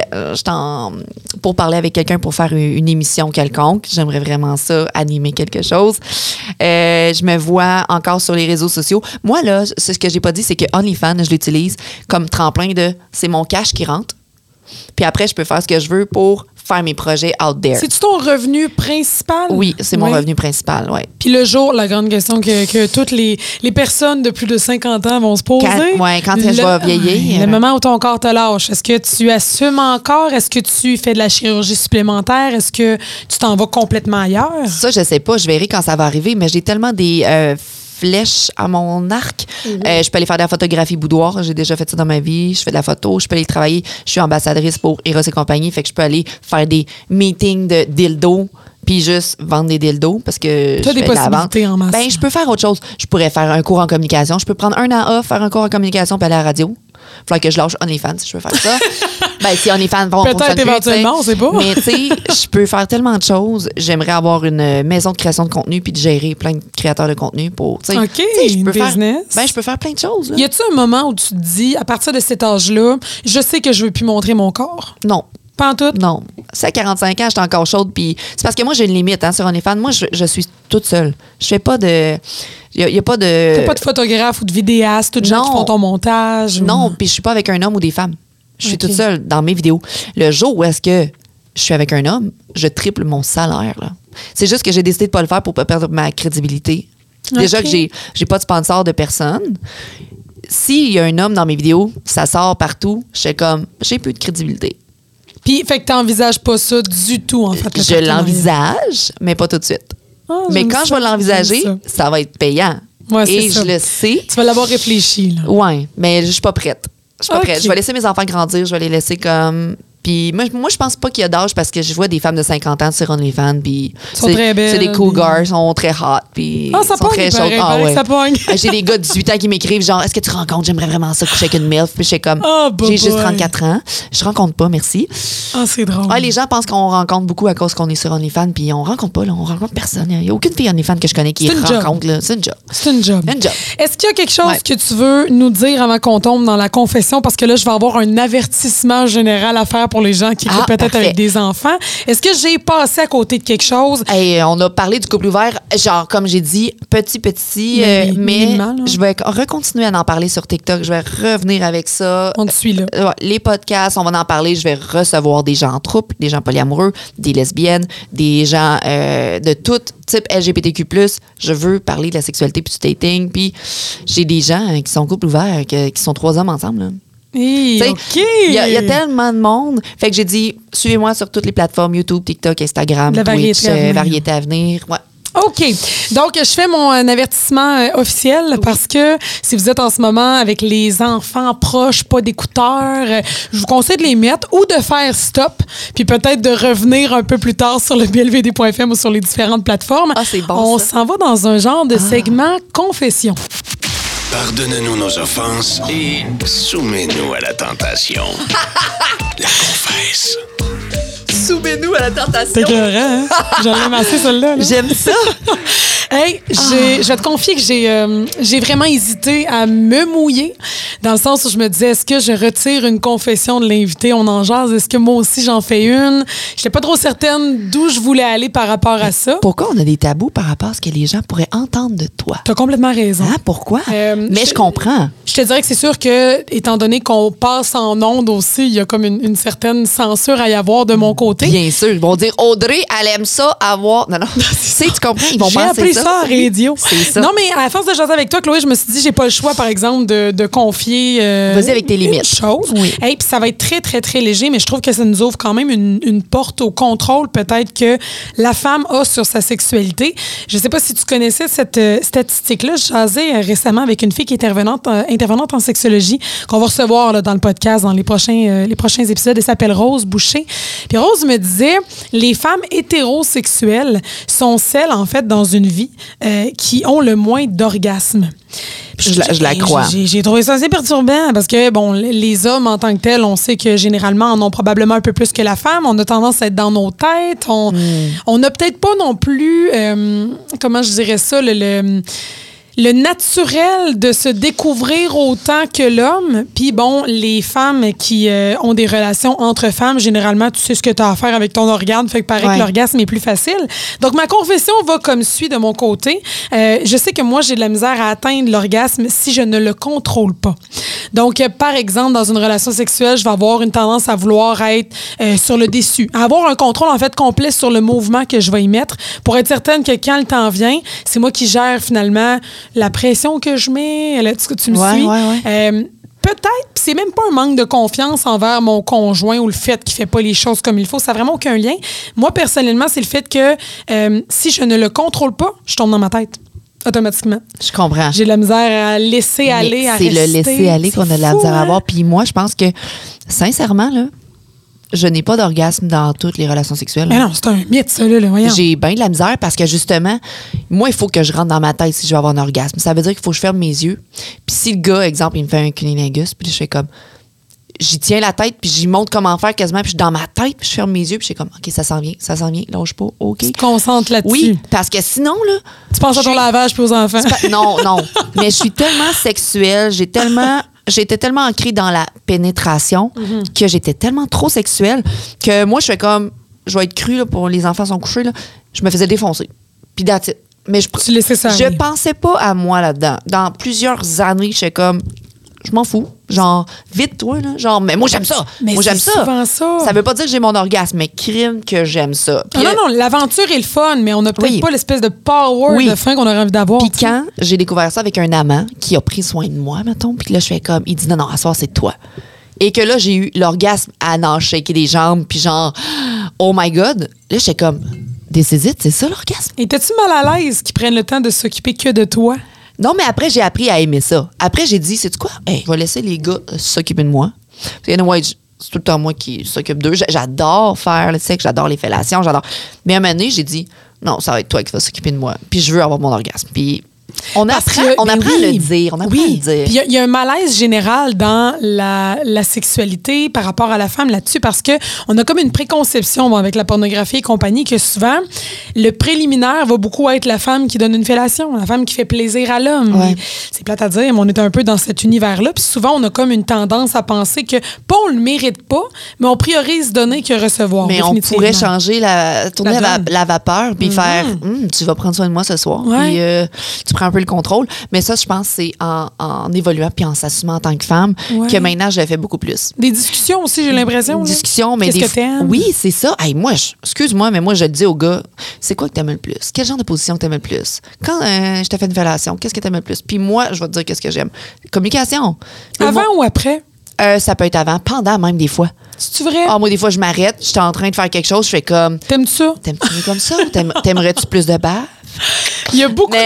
pour parler avec quelqu'un pour faire une émission quelconque. J'aimerais vraiment ça, animer quelque chose. Je me vois encore sur les réseaux sociaux. Moi, là, ce que j'ai pas dit, c'est que OnlyFans, je l'utilise comme tremplin c'est mon cash qui rentre. Puis après, je peux faire ce que je veux pour faire mes projets out there. C'est-tu ton revenu principal? Oui, c'est mon revenu principal, oui. Puis le jour, la grande question que toutes les personnes de plus de 50 ans vont se poser. Quand est-ce que je vais vieillir? Le moment où ton corps te lâche, est-ce que tu assumes encore? Est-ce que tu fais de la chirurgie supplémentaire? Est-ce que tu t'en vas complètement ailleurs? Ça, je sais pas. Je verrai quand ça va arriver, mais j'ai tellement des flèches à mon arc. Je peux aller faire de la photographie boudoir. J'ai déjà fait ça dans ma vie. Je fais de la photo. Je peux aller travailler. Je suis ambassadrice pour Eros et compagnie. Fait que je peux aller faire des meetings de dildos puis juste vendre des dildos parce que tu as des possibilités en masse. Ben, je peux faire autre chose. Je pourrais faire un cours en communication. Je peux prendre 1 an off, faire un cours en communication puis aller à la radio. Il faudrait que je lâche OnlyFans si je veux faire ça. Ben, si OnlyFans vont peut-être éventuellement, on sait pas. Mais tu sais, je peux faire tellement de choses. J'aimerais avoir une maison de création de contenu puis de gérer plein de créateurs de contenu pour. OK, je peux business. Je peux faire plein de choses. Là. Y a-tu un moment où tu te dis, à partir de cet âge-là, je sais que je veux plus montrer mon corps? Non. Pas en tout? Non. C'est à 45 ans, j'étais encore chaude. Puis c'est parce que moi, j'ai une limite sur OnlyFans. Moi, je suis toute seule. Je fais pas de. Il n'y a pas de. T'as pas de photographe ou de vidéaste, toutes les gens qui font ton montage? Non, puis je suis pas avec un homme ou des femmes. Je suis toute seule dans mes vidéos. Le jour où est-ce que je suis avec un homme, je triple mon salaire. Là. C'est juste que j'ai décidé de pas le faire pour pas perdre ma crédibilité. Déjà que j'ai pas de sponsor de personne. S'il y a un homme dans mes vidéos, ça sort partout, je suis comme, j'ai plus de crédibilité. Puis, fait que t'envisages pas ça du tout, en fait. Je l'envisage, mais pas tout de suite. Mais quand je vais l'envisager, ça va être payant. Ouais, et ça. Je le sais. Tu vas l'avoir réfléchi, là. Oui, mais je suis pas prête. Je suis pas prête. Je vais laisser mes enfants grandir, je vais les laisser comme. Puis moi, je pense pas qu'il y a d'âge parce que je vois des femmes de 50 ans sur OnlyFans. Puis sont très belles. C'est des cougars, sont très hot. Puis ça sont très chaudes. Ça pogne. J'ai des gars de 18 ans qui m'écrivent genre, est-ce que tu rencontres? J'aimerais vraiment ça coucher avec une MILF. Puis je suis comme, j'ai juste 34 ans. Je rencontre pas, merci. C'est drôle. Les gens pensent qu'on rencontre beaucoup à cause qu'on est sur OnlyFans. Puis on rencontre pas, là. On rencontre personne. Il n'y a aucune fille OnlyFans que je connais qui rencontre. Là. C'est une job. C'est une job. Est-ce qu'il y a quelque chose que tu veux nous dire avant qu'on tombe dans la confession? Parce que là, je vais avoir un avertissement général à faire pour les gens qui écoutent peut-être avec des enfants. Est-ce que j'ai passé à côté de quelque chose? On a parlé du couple ouvert, genre, comme j'ai dit, petit, mais je vais recontinuer à en parler sur TikTok. Je vais revenir avec ça. On te suit là. Les podcasts, on va en parler. Je vais recevoir des gens en troupe, des gens polyamoureux, des lesbiennes, des gens de tout type LGBTQ+. Je veux parler de la sexualité puis du dating. Puis j'ai des gens qui sont couple ouvert, qui sont 3 hommes ensemble, là. Hey, OK. Il y a tellement de monde. Fait que j'ai dit, suivez-moi sur toutes les plateformes, YouTube, TikTok, Instagram, Twitch, Variété à venir. Ouais. OK. Donc, je fais mon avertissement officiel parce que si vous êtes en ce moment avec les enfants proches, pas d'écouteurs, je vous conseille de les mettre ou de faire stop, puis peut-être de revenir un peu plus tard sur le blvd.fm ou sur les différentes plateformes. C'est bon. On s'en va dans un genre de segment confession. Pardonne-nous nos offenses et soumets-nous à la tentation. La confesse. Soumets-nous à la tentation. C'est écœurant, hein? J'en ai amassé celle-là. Là. J'aime ça. Hey, je vais te confier que j'ai vraiment hésité à me mouiller dans le sens où je me disais, est-ce que je retire une confession de l'invité? On en jase. Est-ce que moi aussi j'en fais une? J'étais pas trop certaine d'où je voulais aller par rapport à ça. Pourquoi on a des tabous par rapport à ce que les gens pourraient entendre de toi? T'as complètement raison. Pourquoi? Mais je comprends. Je te dirais que c'est sûr que, étant donné qu'on passe en ondes aussi, il y a comme une certaine censure à y avoir de mon côté. Bien sûr. Ils vont dire, Audrey, elle aime ça avoir... Non. Tu comprends? Ils vont penser appelé ça à radio. C'est ça. Non, mais à force de jaser avec toi, Chloé, je me suis dit, j'ai pas le choix, par exemple, de confier. Vas-y avec tes limites. Chose. Oui. Hey, puis ça va être très, très, très léger, mais je trouve que ça nous ouvre quand même une porte au contrôle, peut-être, que la femme a sur sa sexualité. Je sais pas si tu connaissais cette statistique-là. Je jasais récemment avec une fille qui est intervenante en sexologie, qu'on va recevoir là, dans le podcast, dans les prochains épisodes. Elle s'appelle Rose Boucher. Puis Rose me disait, les femmes hétérosexuelles sont celles, en fait, dans une vie qui ont le moins d'orgasmes. Je la crois. J'ai trouvé ça assez perturbant parce que, bon, les hommes, en tant que tels, on sait que généralement, en ont probablement un peu plus que la femme. On a tendance à être dans nos têtes. On n'a peut-être pas non plus, comment je dirais ça, le naturel de se découvrir autant que l'homme. Puis bon, les femmes qui ont des relations entre femmes, généralement, tu sais ce que tu as à faire avec ton organe, fait que paraît que l'orgasme est plus facile. Donc, ma confession va comme suit de mon côté. Je sais que moi, j'ai de la misère à atteindre l'orgasme si je ne le contrôle pas. Donc, par exemple, dans une relation sexuelle, je vais avoir une tendance à vouloir être sur le déçu, à avoir un contrôle, en fait, complet sur le mouvement que je vais y mettre pour être certaine que quand le temps vient, c'est moi qui gère finalement la pression que je mets. Là, tu me suis? Peut-être, c'est même pas un manque de confiance envers mon conjoint ou le fait qu'il fait pas les choses comme il faut. Ça n'a vraiment aucun lien. Moi, personnellement, c'est le fait que si je ne le contrôle pas, je tombe dans ma tête. Automatiquement. Je comprends. J'ai de la misère à laisser aller, à rester. C'est le laisser aller qu'on a de la misère à avoir. Puis moi, je pense que, sincèrement, là, je n'ai pas d'orgasme dans toutes les relations sexuelles. Mais non, c'est un mythe, ça, là. Voyons. J'ai bien de la misère parce que, justement, moi, il faut que je rentre dans ma tête si je veux avoir un orgasme. Ça veut dire qu'il faut que je ferme mes yeux. Puis si le gars, exemple, il me fait un cunnilingus, puis je fais comme... J'y tiens la tête, puis j'y montre comment faire quasiment, puis je suis dans ma tête, puis je ferme mes yeux, puis je suis comme, OK, ça s'en vient, lâche pas, OK. Tu te concentres là-dessus. Oui, parce que sinon, là... Tu penses à ton lavage puis aux enfants. Non. Mais je suis tellement sexuelle, j'étais tellement ancrée dans la pénétration que j'étais tellement trop sexuelle que moi, je fais comme, je vais être crue, là, pour les enfants sont couchés, là, je me faisais défoncer. Puis that's it. Mais tu laissais ça je pensais pas à moi là-dedans. Dans plusieurs années, je fais comme... Je m'en fous. Genre, vite, toi, là. Genre, mais moi, j'aime ça. Mais moi, j'aime ça. Souvent ça. Ça veut pas dire que j'ai mon orgasme, mais crime que j'aime ça. Puis non, l'aventure est le fun, mais on n'a peut-être pas l'espèce de power de fin qu'on aurait envie d'avoir. Puis quand j'ai découvert ça avec un amant qui a pris soin de moi, mettons, puis là, je fais comme, il dit non, à soir, c'est toi. Et que là, j'ai eu l'orgasme à en shaker des jambes, puis genre, oh my God. Là, j'étais comme, this is it, c'est ça l'orgasme. Et t'es-tu mal à l'aise qu'ils prennent le temps de s'occuper que de toi? Non, mais après, j'ai appris à aimer ça. Après, j'ai dit, sais-tu quoi? Hey, je vais laisser les gars s'occuper de moi. Parce que, anyway, c'est tout le temps moi qui s'occupe d'eux. J'adore faire le sexe, j'adore les fellations, j'adore. Mais à un moment donné, j'ai dit, non, ça va être toi qui vas s'occuper de moi. Puis je veux avoir mon orgasme. Puis on apprend à le dire. On apprend à le dire. Puis il y a un malaise général dans la sexualité par rapport à la femme là-dessus parce que on a comme une préconception avec la pornographie et compagnie que souvent, le préliminaire va beaucoup être la femme qui donne une fellation, la femme qui fait plaisir à l'homme. Ouais. C'est plate à dire, mais on est un peu dans cet univers-là. Puis souvent, on a comme une tendance à penser que, pas on le mérite pas, mais on priorise donner que recevoir. Mais on pourrait changer tourner la vapeur puis faire, tu vas prendre soin de moi ce soir. Puis tu prends un peu le contrôle. Mais ça, je pense, c'est en évoluant puis en s'assumant en tant que femme que maintenant, je le fais beaucoup plus. Des discussions aussi, j'ai l'impression. Des discussions, mais qu'est-ce que t'aimes? Oui, c'est ça. Hey, moi, excuse-moi, mais moi, je le dis aux gars, c'est quoi que t'aimes le plus? Quel genre de position t'aimes le plus? Quand je t'ai fait une fellation, qu'est-ce que t'aimes le plus? Puis moi, je vais te dire qu'est-ce que j'aime. Communication. Avant ou après? Ça peut être avant, pendant même des fois. C'est-tu vrai? Ah, moi, des fois, je m'arrête, je suis en train de faire quelque chose, je fais comme... T'aimes-tu ça? T'aimes-tu mieux comme ça ou t'aimerais-tu plus de bave? Il y a beaucoup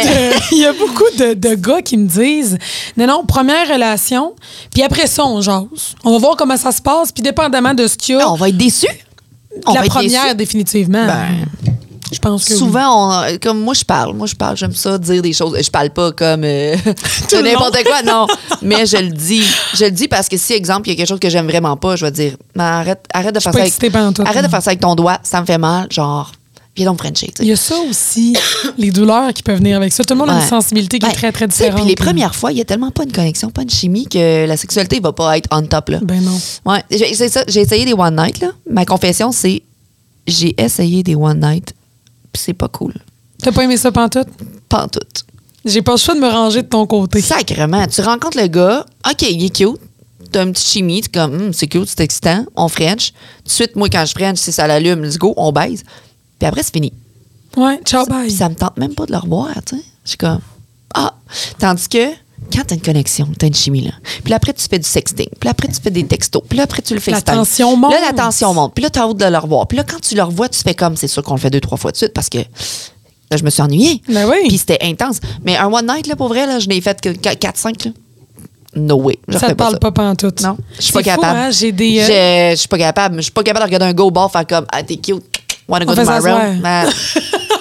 de gars qui me disent non, première relation, puis après ça, on jase. On va voir comment ça se passe, puis dépendamment de ce qu'il y a. On va être déçus. La première, définitivement. Je pense que souvent, comme moi, je parle, j'aime ça dire des choses. Je parle pas comme n'importe quoi, non. Mais je le dis parce que si, exemple, il y a quelque chose que j'aime vraiment pas, je vais dire, mais arrête de faire ça arrête de faire ça avec ton doigt, ça me fait mal, genre, viens donc Frencher. Il y a ça aussi, les douleurs qui peuvent venir avec ça. Tout le monde a une sensibilité qui est très, très différente. Puis les premières fois, il y a tellement pas une connexion, pas une chimie que la sexualité va pas être on top, là. Ben non. Ouais, j'ai essayé des one night, là. Ma confession, c'est j'ai essayé des one night. Puis c'est pas cool. T'as pas aimé ça pantoute? Pantoute. J'ai pas le choix de me ranger de ton côté. Sacrément. Tu rencontres le gars, OK, il est cute. T'as une petite chimie, tu es comme, c'est cute, c'est excitant, on French. Tout de suite, moi, quand je French, si ça l'allume, let's go, on baise. Puis après, c'est fini. Ouais, ciao, bye. Puis ça me tente même pas de le revoir, tu sais. Je suis comme, ah. Tandis que, quand t'as une connexion, t'as une chimie, là. Puis là, après, tu fais du sexting. Puis là, après, tu fais des textos. Puis là, après, tu le fais. La tension monte. Là, la tension monte. Puis là, t'as hâte de le revoir. Puis là, quand tu le revois, tu fais comme, c'est sûr qu'on le fait 2-3 fois de suite parce que là, je me suis ennuyée. Ben oui. Puis c'était intense. Mais un one night, là, pour vrai, là, je l'ai fait que 4-5, là. No way. Ça te parle pas pantoute. Non. Je suis pas capable. Hein? Je suis pas capable. Je suis pas capable de regarder un go ball faire comme, ah, t'es cute. Wanna go to my room?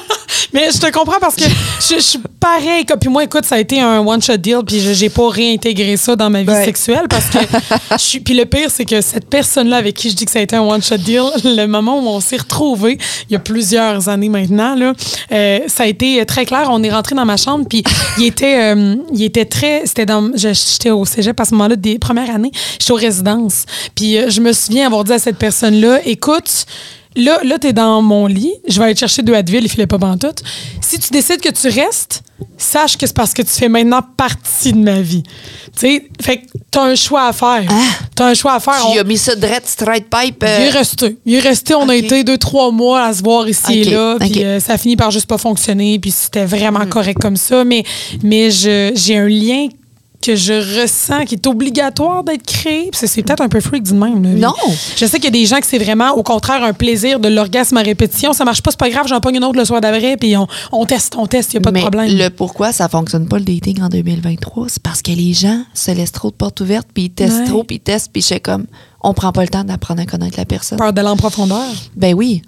Mais je te comprends parce que je suis pareil. Puis moi, écoute, ça a été un one-shot deal, puis j'ai pas réintégré ça dans ma vie sexuelle parce que puis le pire, c'est que cette personne-là avec qui je dis que ça a été un one-shot deal, le moment où on s'est retrouvés, il y a plusieurs années maintenant, là, ça a été très clair. On est rentré dans ma chambre, puis il était très... J'étais au cégep à ce moment-là, des premières années. J'étais aux résidences. Puis je me souviens avoir dit à cette personne-là, écoute... Là, t'es dans mon lit, je vais aller te chercher 2 Advil, il filait pas pantoute. Si tu décides que tu restes, sache que c'est parce que tu fais maintenant partie de ma vie. Tu sais, fait que t'as un choix à faire. T'as un choix à faire. Tu as mis ça direct, straight pipe. Il est resté, on a été 2-3 mois à se voir ici et là, puis ça a fini par juste pas fonctionner, puis c'était vraiment correct comme ça, mais j'ai un lien que je ressens qui est obligatoire d'être créé. Puis c'est peut-être un peu freak du même. Là. Non. Je sais qu'il y a des gens que c'est vraiment, au contraire, un plaisir de l'orgasme à répétition. Ça marche pas, c'est pas grave, j'en pogne une autre le soir d'après, puis on teste, il n'y a pas de problème. Le pourquoi ça fonctionne pas le dating en 2023, c'est parce que les gens se laissent trop de portes ouvertes, puis ils testent trop, puis ils testent, puis je sais comme, on prend pas le temps d'apprendre à connaître la personne. Peur d'aller en profondeur. Ben oui.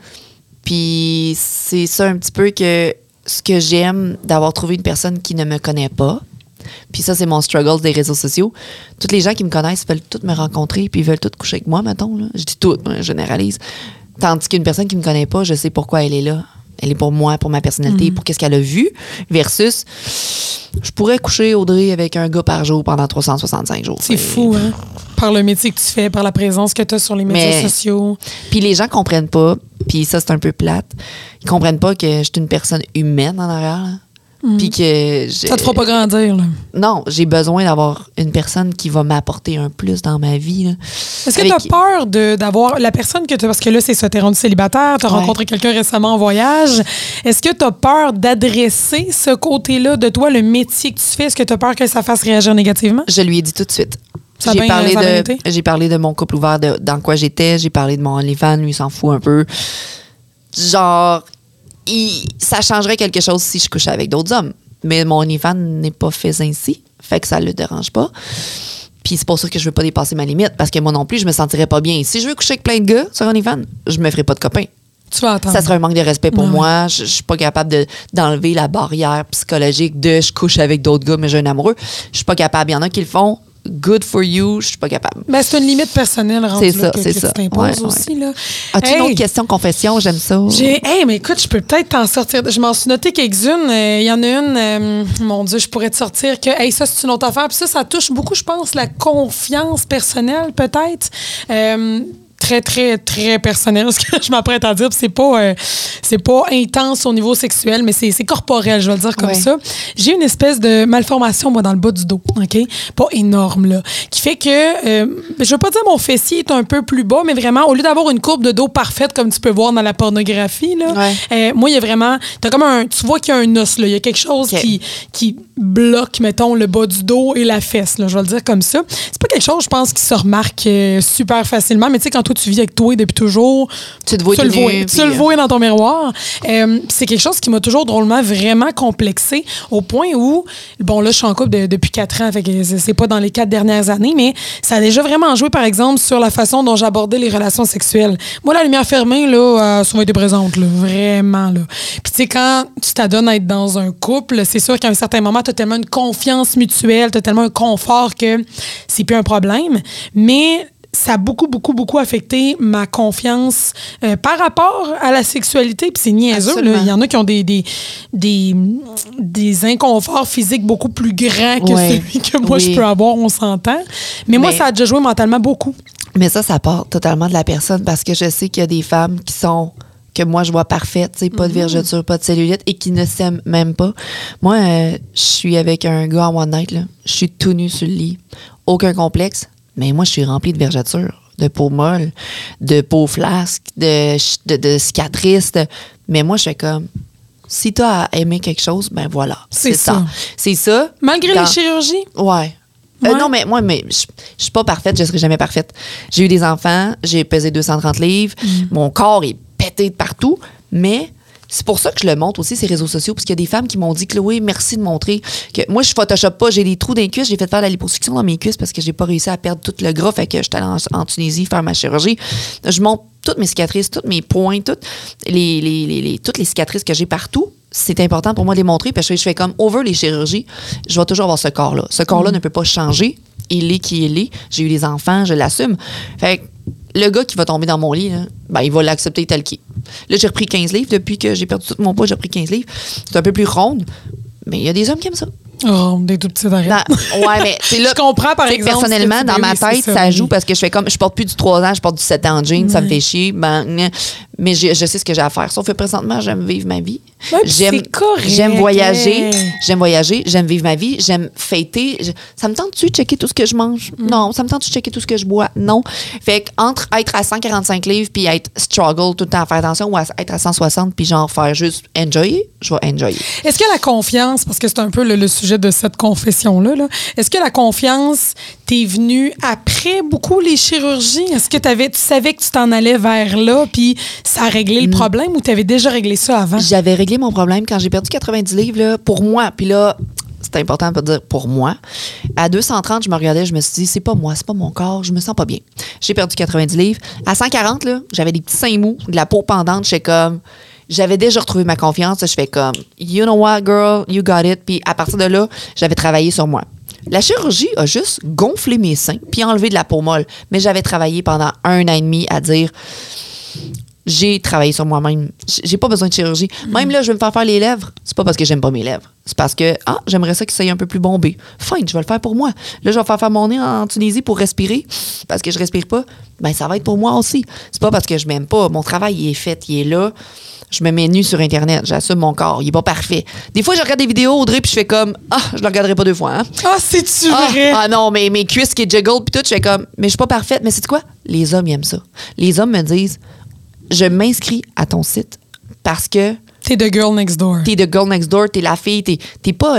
Puis c'est ça un petit peu que ce que j'aime d'avoir trouvé une personne qui ne me connaît pas. Puis ça, c'est mon struggle des réseaux sociaux. Toutes les gens qui me connaissent veulent toutes me rencontrer puis ils veulent toutes coucher avec moi, mettons. Là. Je dis toutes, je généralise. Tandis qu'une personne qui me connaît pas, je sais pourquoi elle est là. Elle est pour moi, pour ma personnalité, pour qu'est-ce qu'elle a vu. Versus, je pourrais coucher, Audrey, avec un gars par jour pendant 365 jours. C'est fou, hein? Par le métier que tu fais, par la présence que tu as sur les médias sociaux. Puis les gens comprennent pas, puis ça, c'est un peu plate, ils comprennent pas que je suis une personne humaine en arrière, là. Puis que ça te fera pas grandir, là. Non, j'ai besoin d'avoir une personne qui va m'apporter un plus dans ma vie. Là. Est-ce que tu as peur d'avoir la personne que tu... Parce que là, c'est ça, t'es rendu célibataire, tu as rencontré quelqu'un récemment en voyage. Est-ce que tu as peur d'adresser ce côté-là de toi, le métier que tu fais? Est-ce que tu as peur que ça fasse réagir négativement? Je lui ai dit tout de suite. J'ai parlé de mon couple ouvert, dans quoi j'étais. J'ai parlé de mon OnlyFans, lui, il s'en fout un peu. Genre... ça changerait quelque chose si je couchais avec d'autres hommes. Mais mon OnlyFans n'est pas fait ainsi. Fait que ça le dérange pas. Puis c'est pour ça que je veux pas dépasser ma limite. Parce que moi non plus, je me sentirais pas bien. Si je veux coucher avec plein de gars sur OnlyFans, je me ferais pas de copains. Tu vas attendre. Ça serait un manque de respect pour moi. Je suis pas capable d'enlever la barrière psychologique de je couche avec d'autres gars, mais j'ai un amoureux. Je suis pas capable. Il y en a qui le font. Good for you, je suis pas capable. Ben, c'est une limite personnelle rendue là, que tu t'imposes aussi. Là. As-tu une autre question, confession? J'aime ça. Mais écoute, je peux peut-être t'en sortir. Je m'en suis noté quelques-unes. Il y en a une, mon Dieu, je pourrais te sortir que ça, c'est une autre affaire. Puis ça touche beaucoup, je pense, la confiance personnelle, peut-être. Très, très, très personnel, ce que je m'apprête à dire. C'est pas intense au niveau sexuel, mais c'est corporel, je vais le dire comme ça. J'ai une espèce de malformation, moi, dans le bas du dos, OK? Pas énorme, là. Qui fait que, je veux pas dire mon fessier est un peu plus bas, mais vraiment, au lieu d'avoir une courbe de dos parfaite, comme tu peux voir dans la pornographie, là, moi, il y a vraiment... tu vois qu'il y a un os, là. Il y a quelque chose qui bloque, mettons, le bas du dos et la fesse, là. Je vais le dire comme ça. C'est pas quelque chose, je pense, qui se remarque super facilement, mais tu sais, quand tu vis avec toi depuis toujours, tu le vois dans ton miroir. C'est quelque chose qui m'a toujours drôlement vraiment complexé au point où, bon là, je suis en couple depuis 4 ans, fait que c'est pas dans les 4 dernières années, mais ça a déjà vraiment joué, par exemple, sur la façon dont j'abordais les relations sexuelles. Moi, la lumière fermée, là, a souvent été présente, là, vraiment, là. Puis tu sais, quand tu t'adonnes à être dans un couple, c'est sûr qu'à un certain moment, t'as tellement une confiance mutuelle, t'as tellement un confort que c'est plus un problème, mais ça a beaucoup, beaucoup, beaucoup affecté ma confiance par rapport à la sexualité. Puis c'est niaiseux, là. Il y en a qui ont des inconforts physiques beaucoup plus grands que celui que moi, je peux avoir, on s'entend. Mais moi, ça a déjà joué mentalement beaucoup. Mais ça part totalement de la personne parce que je sais qu'il y a des femmes qui sont... que moi, je vois parfaite, tu sais, pas de vergeture, pas de cellulite et qui ne s'aiment même pas. Moi, je suis avec un gars en one night, là. Je suis tout nu sur le lit. Aucun complexe. Mais moi, je suis remplie de vergetures, de peau molle, de peau flasque, de cicatrices. Mais moi, je fais comme, si t'as aimé quelque chose, ben voilà. C'est ça. C'est ça. Malgré les chirurgies? Ouais. Non, mais moi, je suis pas parfaite, je serai jamais parfaite. J'ai eu des enfants, j'ai pesé 230 livres, mon corps est pété de partout, mais... C'est pour ça que je le montre aussi, ces réseaux sociaux, parce qu'il y a des femmes qui m'ont dit, Chloé, merci de montrer que moi, je Photoshop pas, j'ai des trous dans les cuisses, j'ai fait faire la liposuction dans mes cuisses parce que j'ai pas réussi à perdre tout le gras, fait que j'étais allée en Tunisie faire ma chirurgie. Je montre toutes mes cicatrices, tous mes points, toutes les cicatrices que j'ai partout, c'est important pour moi de les montrer parce que je fais comme over les chirurgies, je vais toujours avoir ce corps-là. Ce corps-là ne peut pas changer. Il est qui il est. J'ai eu des enfants, je l'assume. Fait que le gars qui va tomber dans mon lit, là, ben, il va l'accepter tel qu'il est. Là, j'ai repris 15 livres. Depuis que j'ai perdu tout mon poids, j'ai repris 15 livres. C'est un peu plus ronde, mais il y a des hommes qui aiment ça. Oh, des tout petits arrêts. Ouais, mais c'est là. Je comprends, par exemple. Personnellement, dans ma tête, ça joue parce que je fais comme. Je porte plus du 3 ans, je porte du 7 ans en jeans, ça me fait chier. Ben, mais je sais ce que j'ai à faire. Sauf que présentement, j'aime vivre ma vie. Ouais, c'est correct. J'aime voyager. J'aime vivre ma vie. J'aime fêter. Ça me tente-tu de checker tout ce que je mange? Non. Ça me tente-tu de checker tout ce que je bois? Non. Fait qu'entre être à 145 livres puis être struggle tout le temps à faire attention ou être à 160 puis genre faire juste enjoyer, je vais enjoyer. Est-ce que la confiance, parce que c'est un peu le sujet de cette confession-là, là, est-ce que la confiance t'est venue après beaucoup les chirurgies? Est-ce que tu savais que tu t'en allais vers là puis ça a réglé le problème ou tu avais déjà réglé ça avant? J'avais réglé mon problème quand j'ai perdu 90 livres là, pour moi. Puis là, c'est important de dire pour moi. À 230, je me regardais, je me suis dit, c'est pas moi, c'est pas mon corps, je me sens pas bien. J'ai perdu 90 livres. À 140, là, j'avais des petits seins mous, de la peau pendante, j'avais déjà retrouvé ma confiance. Je fais comme, you know what, girl, you got it. Puis à partir de là, j'avais travaillé sur moi. La chirurgie a juste gonflé mes seins puis enlevé de la peau molle. Mais j'avais travaillé pendant 1 an et demi à dire, j'ai travaillé sur moi-même. J'ai pas besoin de chirurgie. Même là, je vais me faire les lèvres. C'est pas parce que j'aime pas mes lèvres. C'est parce que, j'aimerais ça qu'ils soient un peu plus bombés. Fine, je vais le faire pour moi. Là, je vais faire mon nez en Tunisie pour respirer. Parce que je respire pas. Ben, ça va être pour moi aussi. C'est pas parce que je m'aime pas. Mon travail, il est fait, il est là. Je me mets nue sur Internet. J'assume mon corps. Il est pas parfait. Des fois, je regarde des vidéos, Audrey, puis je fais comme, je le regarderai pas 2 fois, hein. C'est-tu vrai? Ah non, mais mes cuisses qui jiggle, puis tout, je fais comme, mais je suis pas parfaite. Mais c'est quoi? Les hommes, ils aiment ça. Les hommes me disent, je m'inscris à ton site parce que t'es the girl next door. T'es the girl next door, t'es la fille, t'es pas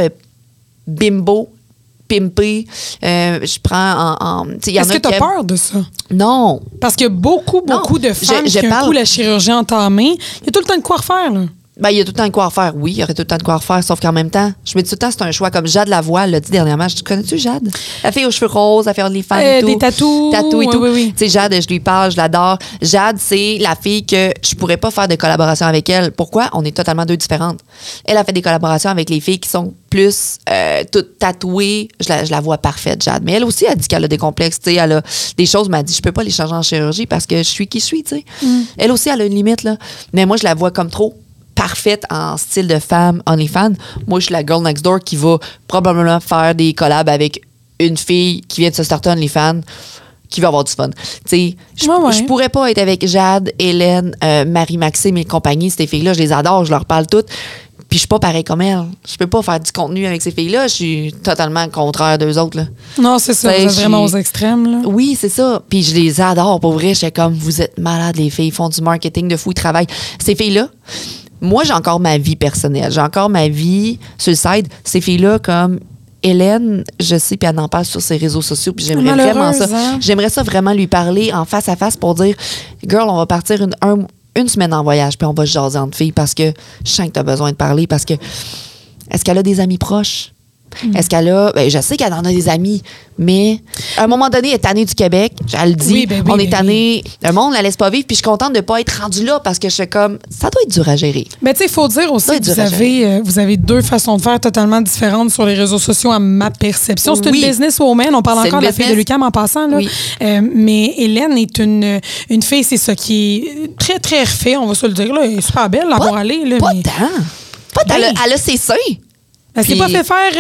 bimbo, pimpé. Je prends en Est-ce que t'as peur de ça? Non. Parce que beaucoup de femmes qui ont la chirurgie entamée, il y a tout le temps de quoi refaire, là. Ben, il y a tout le temps de quoi refaire. Oui, il y aurait tout le temps de quoi refaire, sauf qu'en même temps, je me dis tout le temps, c'est un choix. Comme Jade Lavoie l'a dit dernièrement. Tu connais-tu Jade? La fille aux cheveux roses, elle fait les femmes et tout. Des tatous. Tatous et tout. Oui. Tu sais, Jade, je lui parle, je l'adore. Jade, c'est la fille que je pourrais pas faire de collaboration avec elle. Pourquoi? On est totalement 2 différentes. Elle a fait des collaborations avec les filles qui sont plus toutes tatouées. Je la vois parfaite, Jade. Mais elle aussi, elle dit qu'elle a des complexes. Tu sais, elle a des choses, m'a dit, je peux pas les changer en chirurgie parce que je suis qui je suis, tu sais. Elle aussi, elle a une limite, là. Mais moi, je la vois comme trop parfaite en style de femme OnlyFans. Moi, je suis la girl next door qui va probablement faire des collabs avec une fille qui vient de se starter OnlyFans qui va avoir du fun. Tu sais, je pourrais pas être avec Jade, Hélène, Marie-Maxime et compagnie. Ces filles-là, je les adore, je leur parle toutes. Puis je suis pas pareil comme elles. Je peux pas faire du contenu avec ces filles-là. Je suis totalement contraire d'eux autres, là. Non, c'est ça. Vous êtes vraiment aux extrêmes, là. Oui, c'est ça. Puis je les adore. Pour vrai, je suis comme, vous êtes malades, les filles. Ils font du marketing de fou, ils travaillent. Ces filles-là, moi, j'ai encore ma vie personnelle. J'ai encore ma vie sur le side. Ces filles-là, comme Hélène, je sais, puis elle en parle sur ses réseaux sociaux, puis j'aimerais vraiment ça. Hein? J'aimerais ça vraiment lui parler en face à face pour dire, girl, on va partir une semaine en voyage, puis on va se jaser entre filles parce que je sens que tu as besoin de parler. Parce que, est-ce qu'elle a des amis proches? Est-ce qu'elle a... Ben, je sais qu'elle en a des amis, mais à un moment donné, elle est tannée du Québec. Je le dis, on est tannée. Le monde ne la laisse pas vivre, puis je suis contente de ne pas être rendue là parce que je suis comme... Ça doit être dur à gérer. Mais tu sais, il faut dire aussi que vous avez 2 façons de faire totalement différentes sur les réseaux sociaux à ma perception. C'est une businesswoman. On parle encore de la fille de Lucam en passant. Là. Oui. Mais Hélène est une fille, c'est ça, qui est très, très refait, on va se le dire. Là. Elle est super belle, l'avoir allée. Pas tant. Elle a ses seins. Elle s'est pas fait faire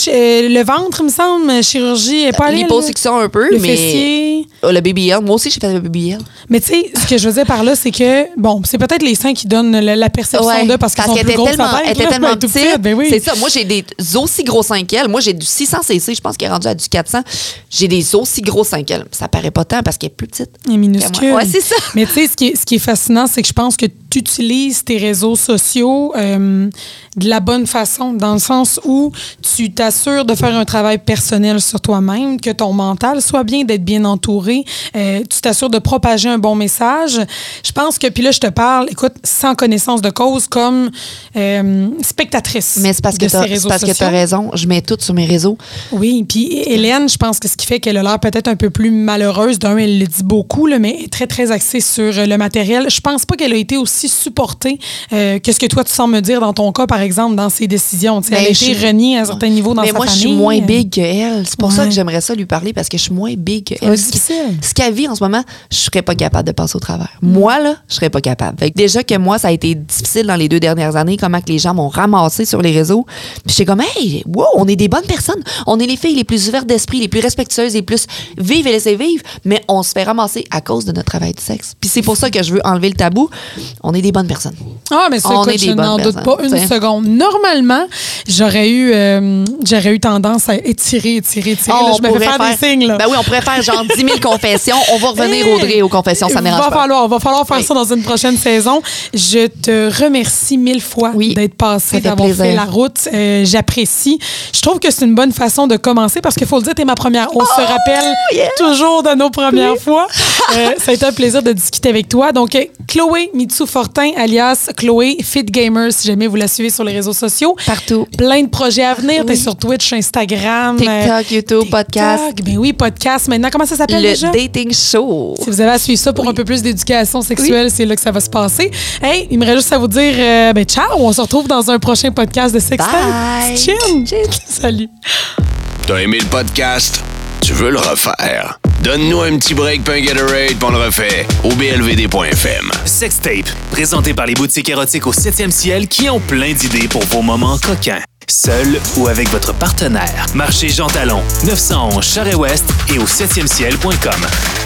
le ventre, il me semble, chirurgie. Elle est pas allée. Liposuction un peu, le mais. Fessier. Le BBL. Moi aussi, j'ai fait le BBL. Mais tu sais, ce que je veux dire par là, c'est que, bon, c'est peut-être les seins qui donnent la perception d'eux parce qu'ils sont plus gros. Elle était tellement petite. Ben oui. C'est ça. Moi, j'ai des aussi gros seins qu'elle. Moi, j'ai du 600 cc. Je pense qu'elle est rendue à du 400. J'ai des aussi gros seins qu'elle. Ça paraît pas tant parce qu'elle est plus petite. Elle est minuscule. Ouais, c'est ça. Mais tu sais, ce qui est fascinant, c'est que je pense que tu utilises tes réseaux sociaux de la bonne façon, dans le sens où tu t'assures de faire un travail personnel sur toi-même, que ton mental soit bien, d'être bien entouré. Tu t'assures de propager un bon message. Je pense que, puis là, je te parle, écoute, sans connaissance de cause, comme spectatrice. Mais c'est parce que tu as raison. Je mets tout sur mes réseaux. Oui, puis Hélène, je pense que ce qui fait qu'elle a l'air peut-être un peu plus malheureuse, d'un, elle le dit beaucoup, là, mais est très, très axée sur le matériel. Je pense pas qu'elle a été aussi aussi supporter qu'est-ce que toi, tu sens me dire dans ton cas, par exemple, dans ses décisions. Ben, elle a été reniée à un certain niveau dans sa famille. Mais moi, je suis moins big qu'elle. C'est pour ça que j'aimerais ça lui parler, parce que je suis moins big qu'elle. Ce qu'elle vit en ce moment, je serais pas capable de passer au travers. Moi, là, je serais pas capable. Fait que déjà que moi, ça a été difficile dans les 2 dernières années, comment que les gens m'ont ramassé sur les réseaux. Puis j'étais comme, hey, wow, on est des bonnes personnes. On est les filles les plus ouvertes d'esprit, les plus respectueuses, les plus vives et laissez vivre. Mais on se fait ramasser à cause de notre travail du sexe. Puis c'est pour ça que je veux enlever le tabou. On est des bonnes personnes. Ah, mais ça, écoute, je n'en doute pas une seconde. Normalement, j'aurais eu tendance à étirer. Là, je me fais faire des signes. Là. Ben oui, on pourrait faire genre 10 000 confessions. On va revenir, Audrey, aux confessions. Ça m'érange pas. Va falloir faire ça dans une prochaine saison. Je te remercie 1000 fois d'être passé, d'avoir fait la route. J'apprécie. Je trouve que c'est une bonne façon de commencer parce qu'il faut le dire, t'es ma première. On se rappelle toujours de nos premières fois. Ça a été un plaisir de discuter avec toi. Donc, Chloé Mitsou-Fortin, alias Chloé Fit Gamer, si jamais vous la suivez sur les réseaux sociaux. Partout. Plein de projets à venir. T'es sur Twitch, Instagram. TikTok, YouTube, podcast. Ben oui, podcast. Maintenant, comment ça s'appelle déjà? Le Dating Show. Si vous avez à suivre ça pour un peu plus d'éducation sexuelle, c'est là que ça va se passer. Hey, il me reste juste à vous dire ciao. On se retrouve dans un prochain podcast de Sextime. Salut. T'as aimé le podcast? Tu veux le refaire? Donne-nous un petit break puis un Gatorade puis on le refait au blvd.fm. Sextape, présenté par les boutiques érotiques au 7e ciel qui ont plein d'idées pour vos moments coquins. Seul ou avec votre partenaire. Marché Jean Talon, 911 Charest-Ouest et au 7e ciel.com.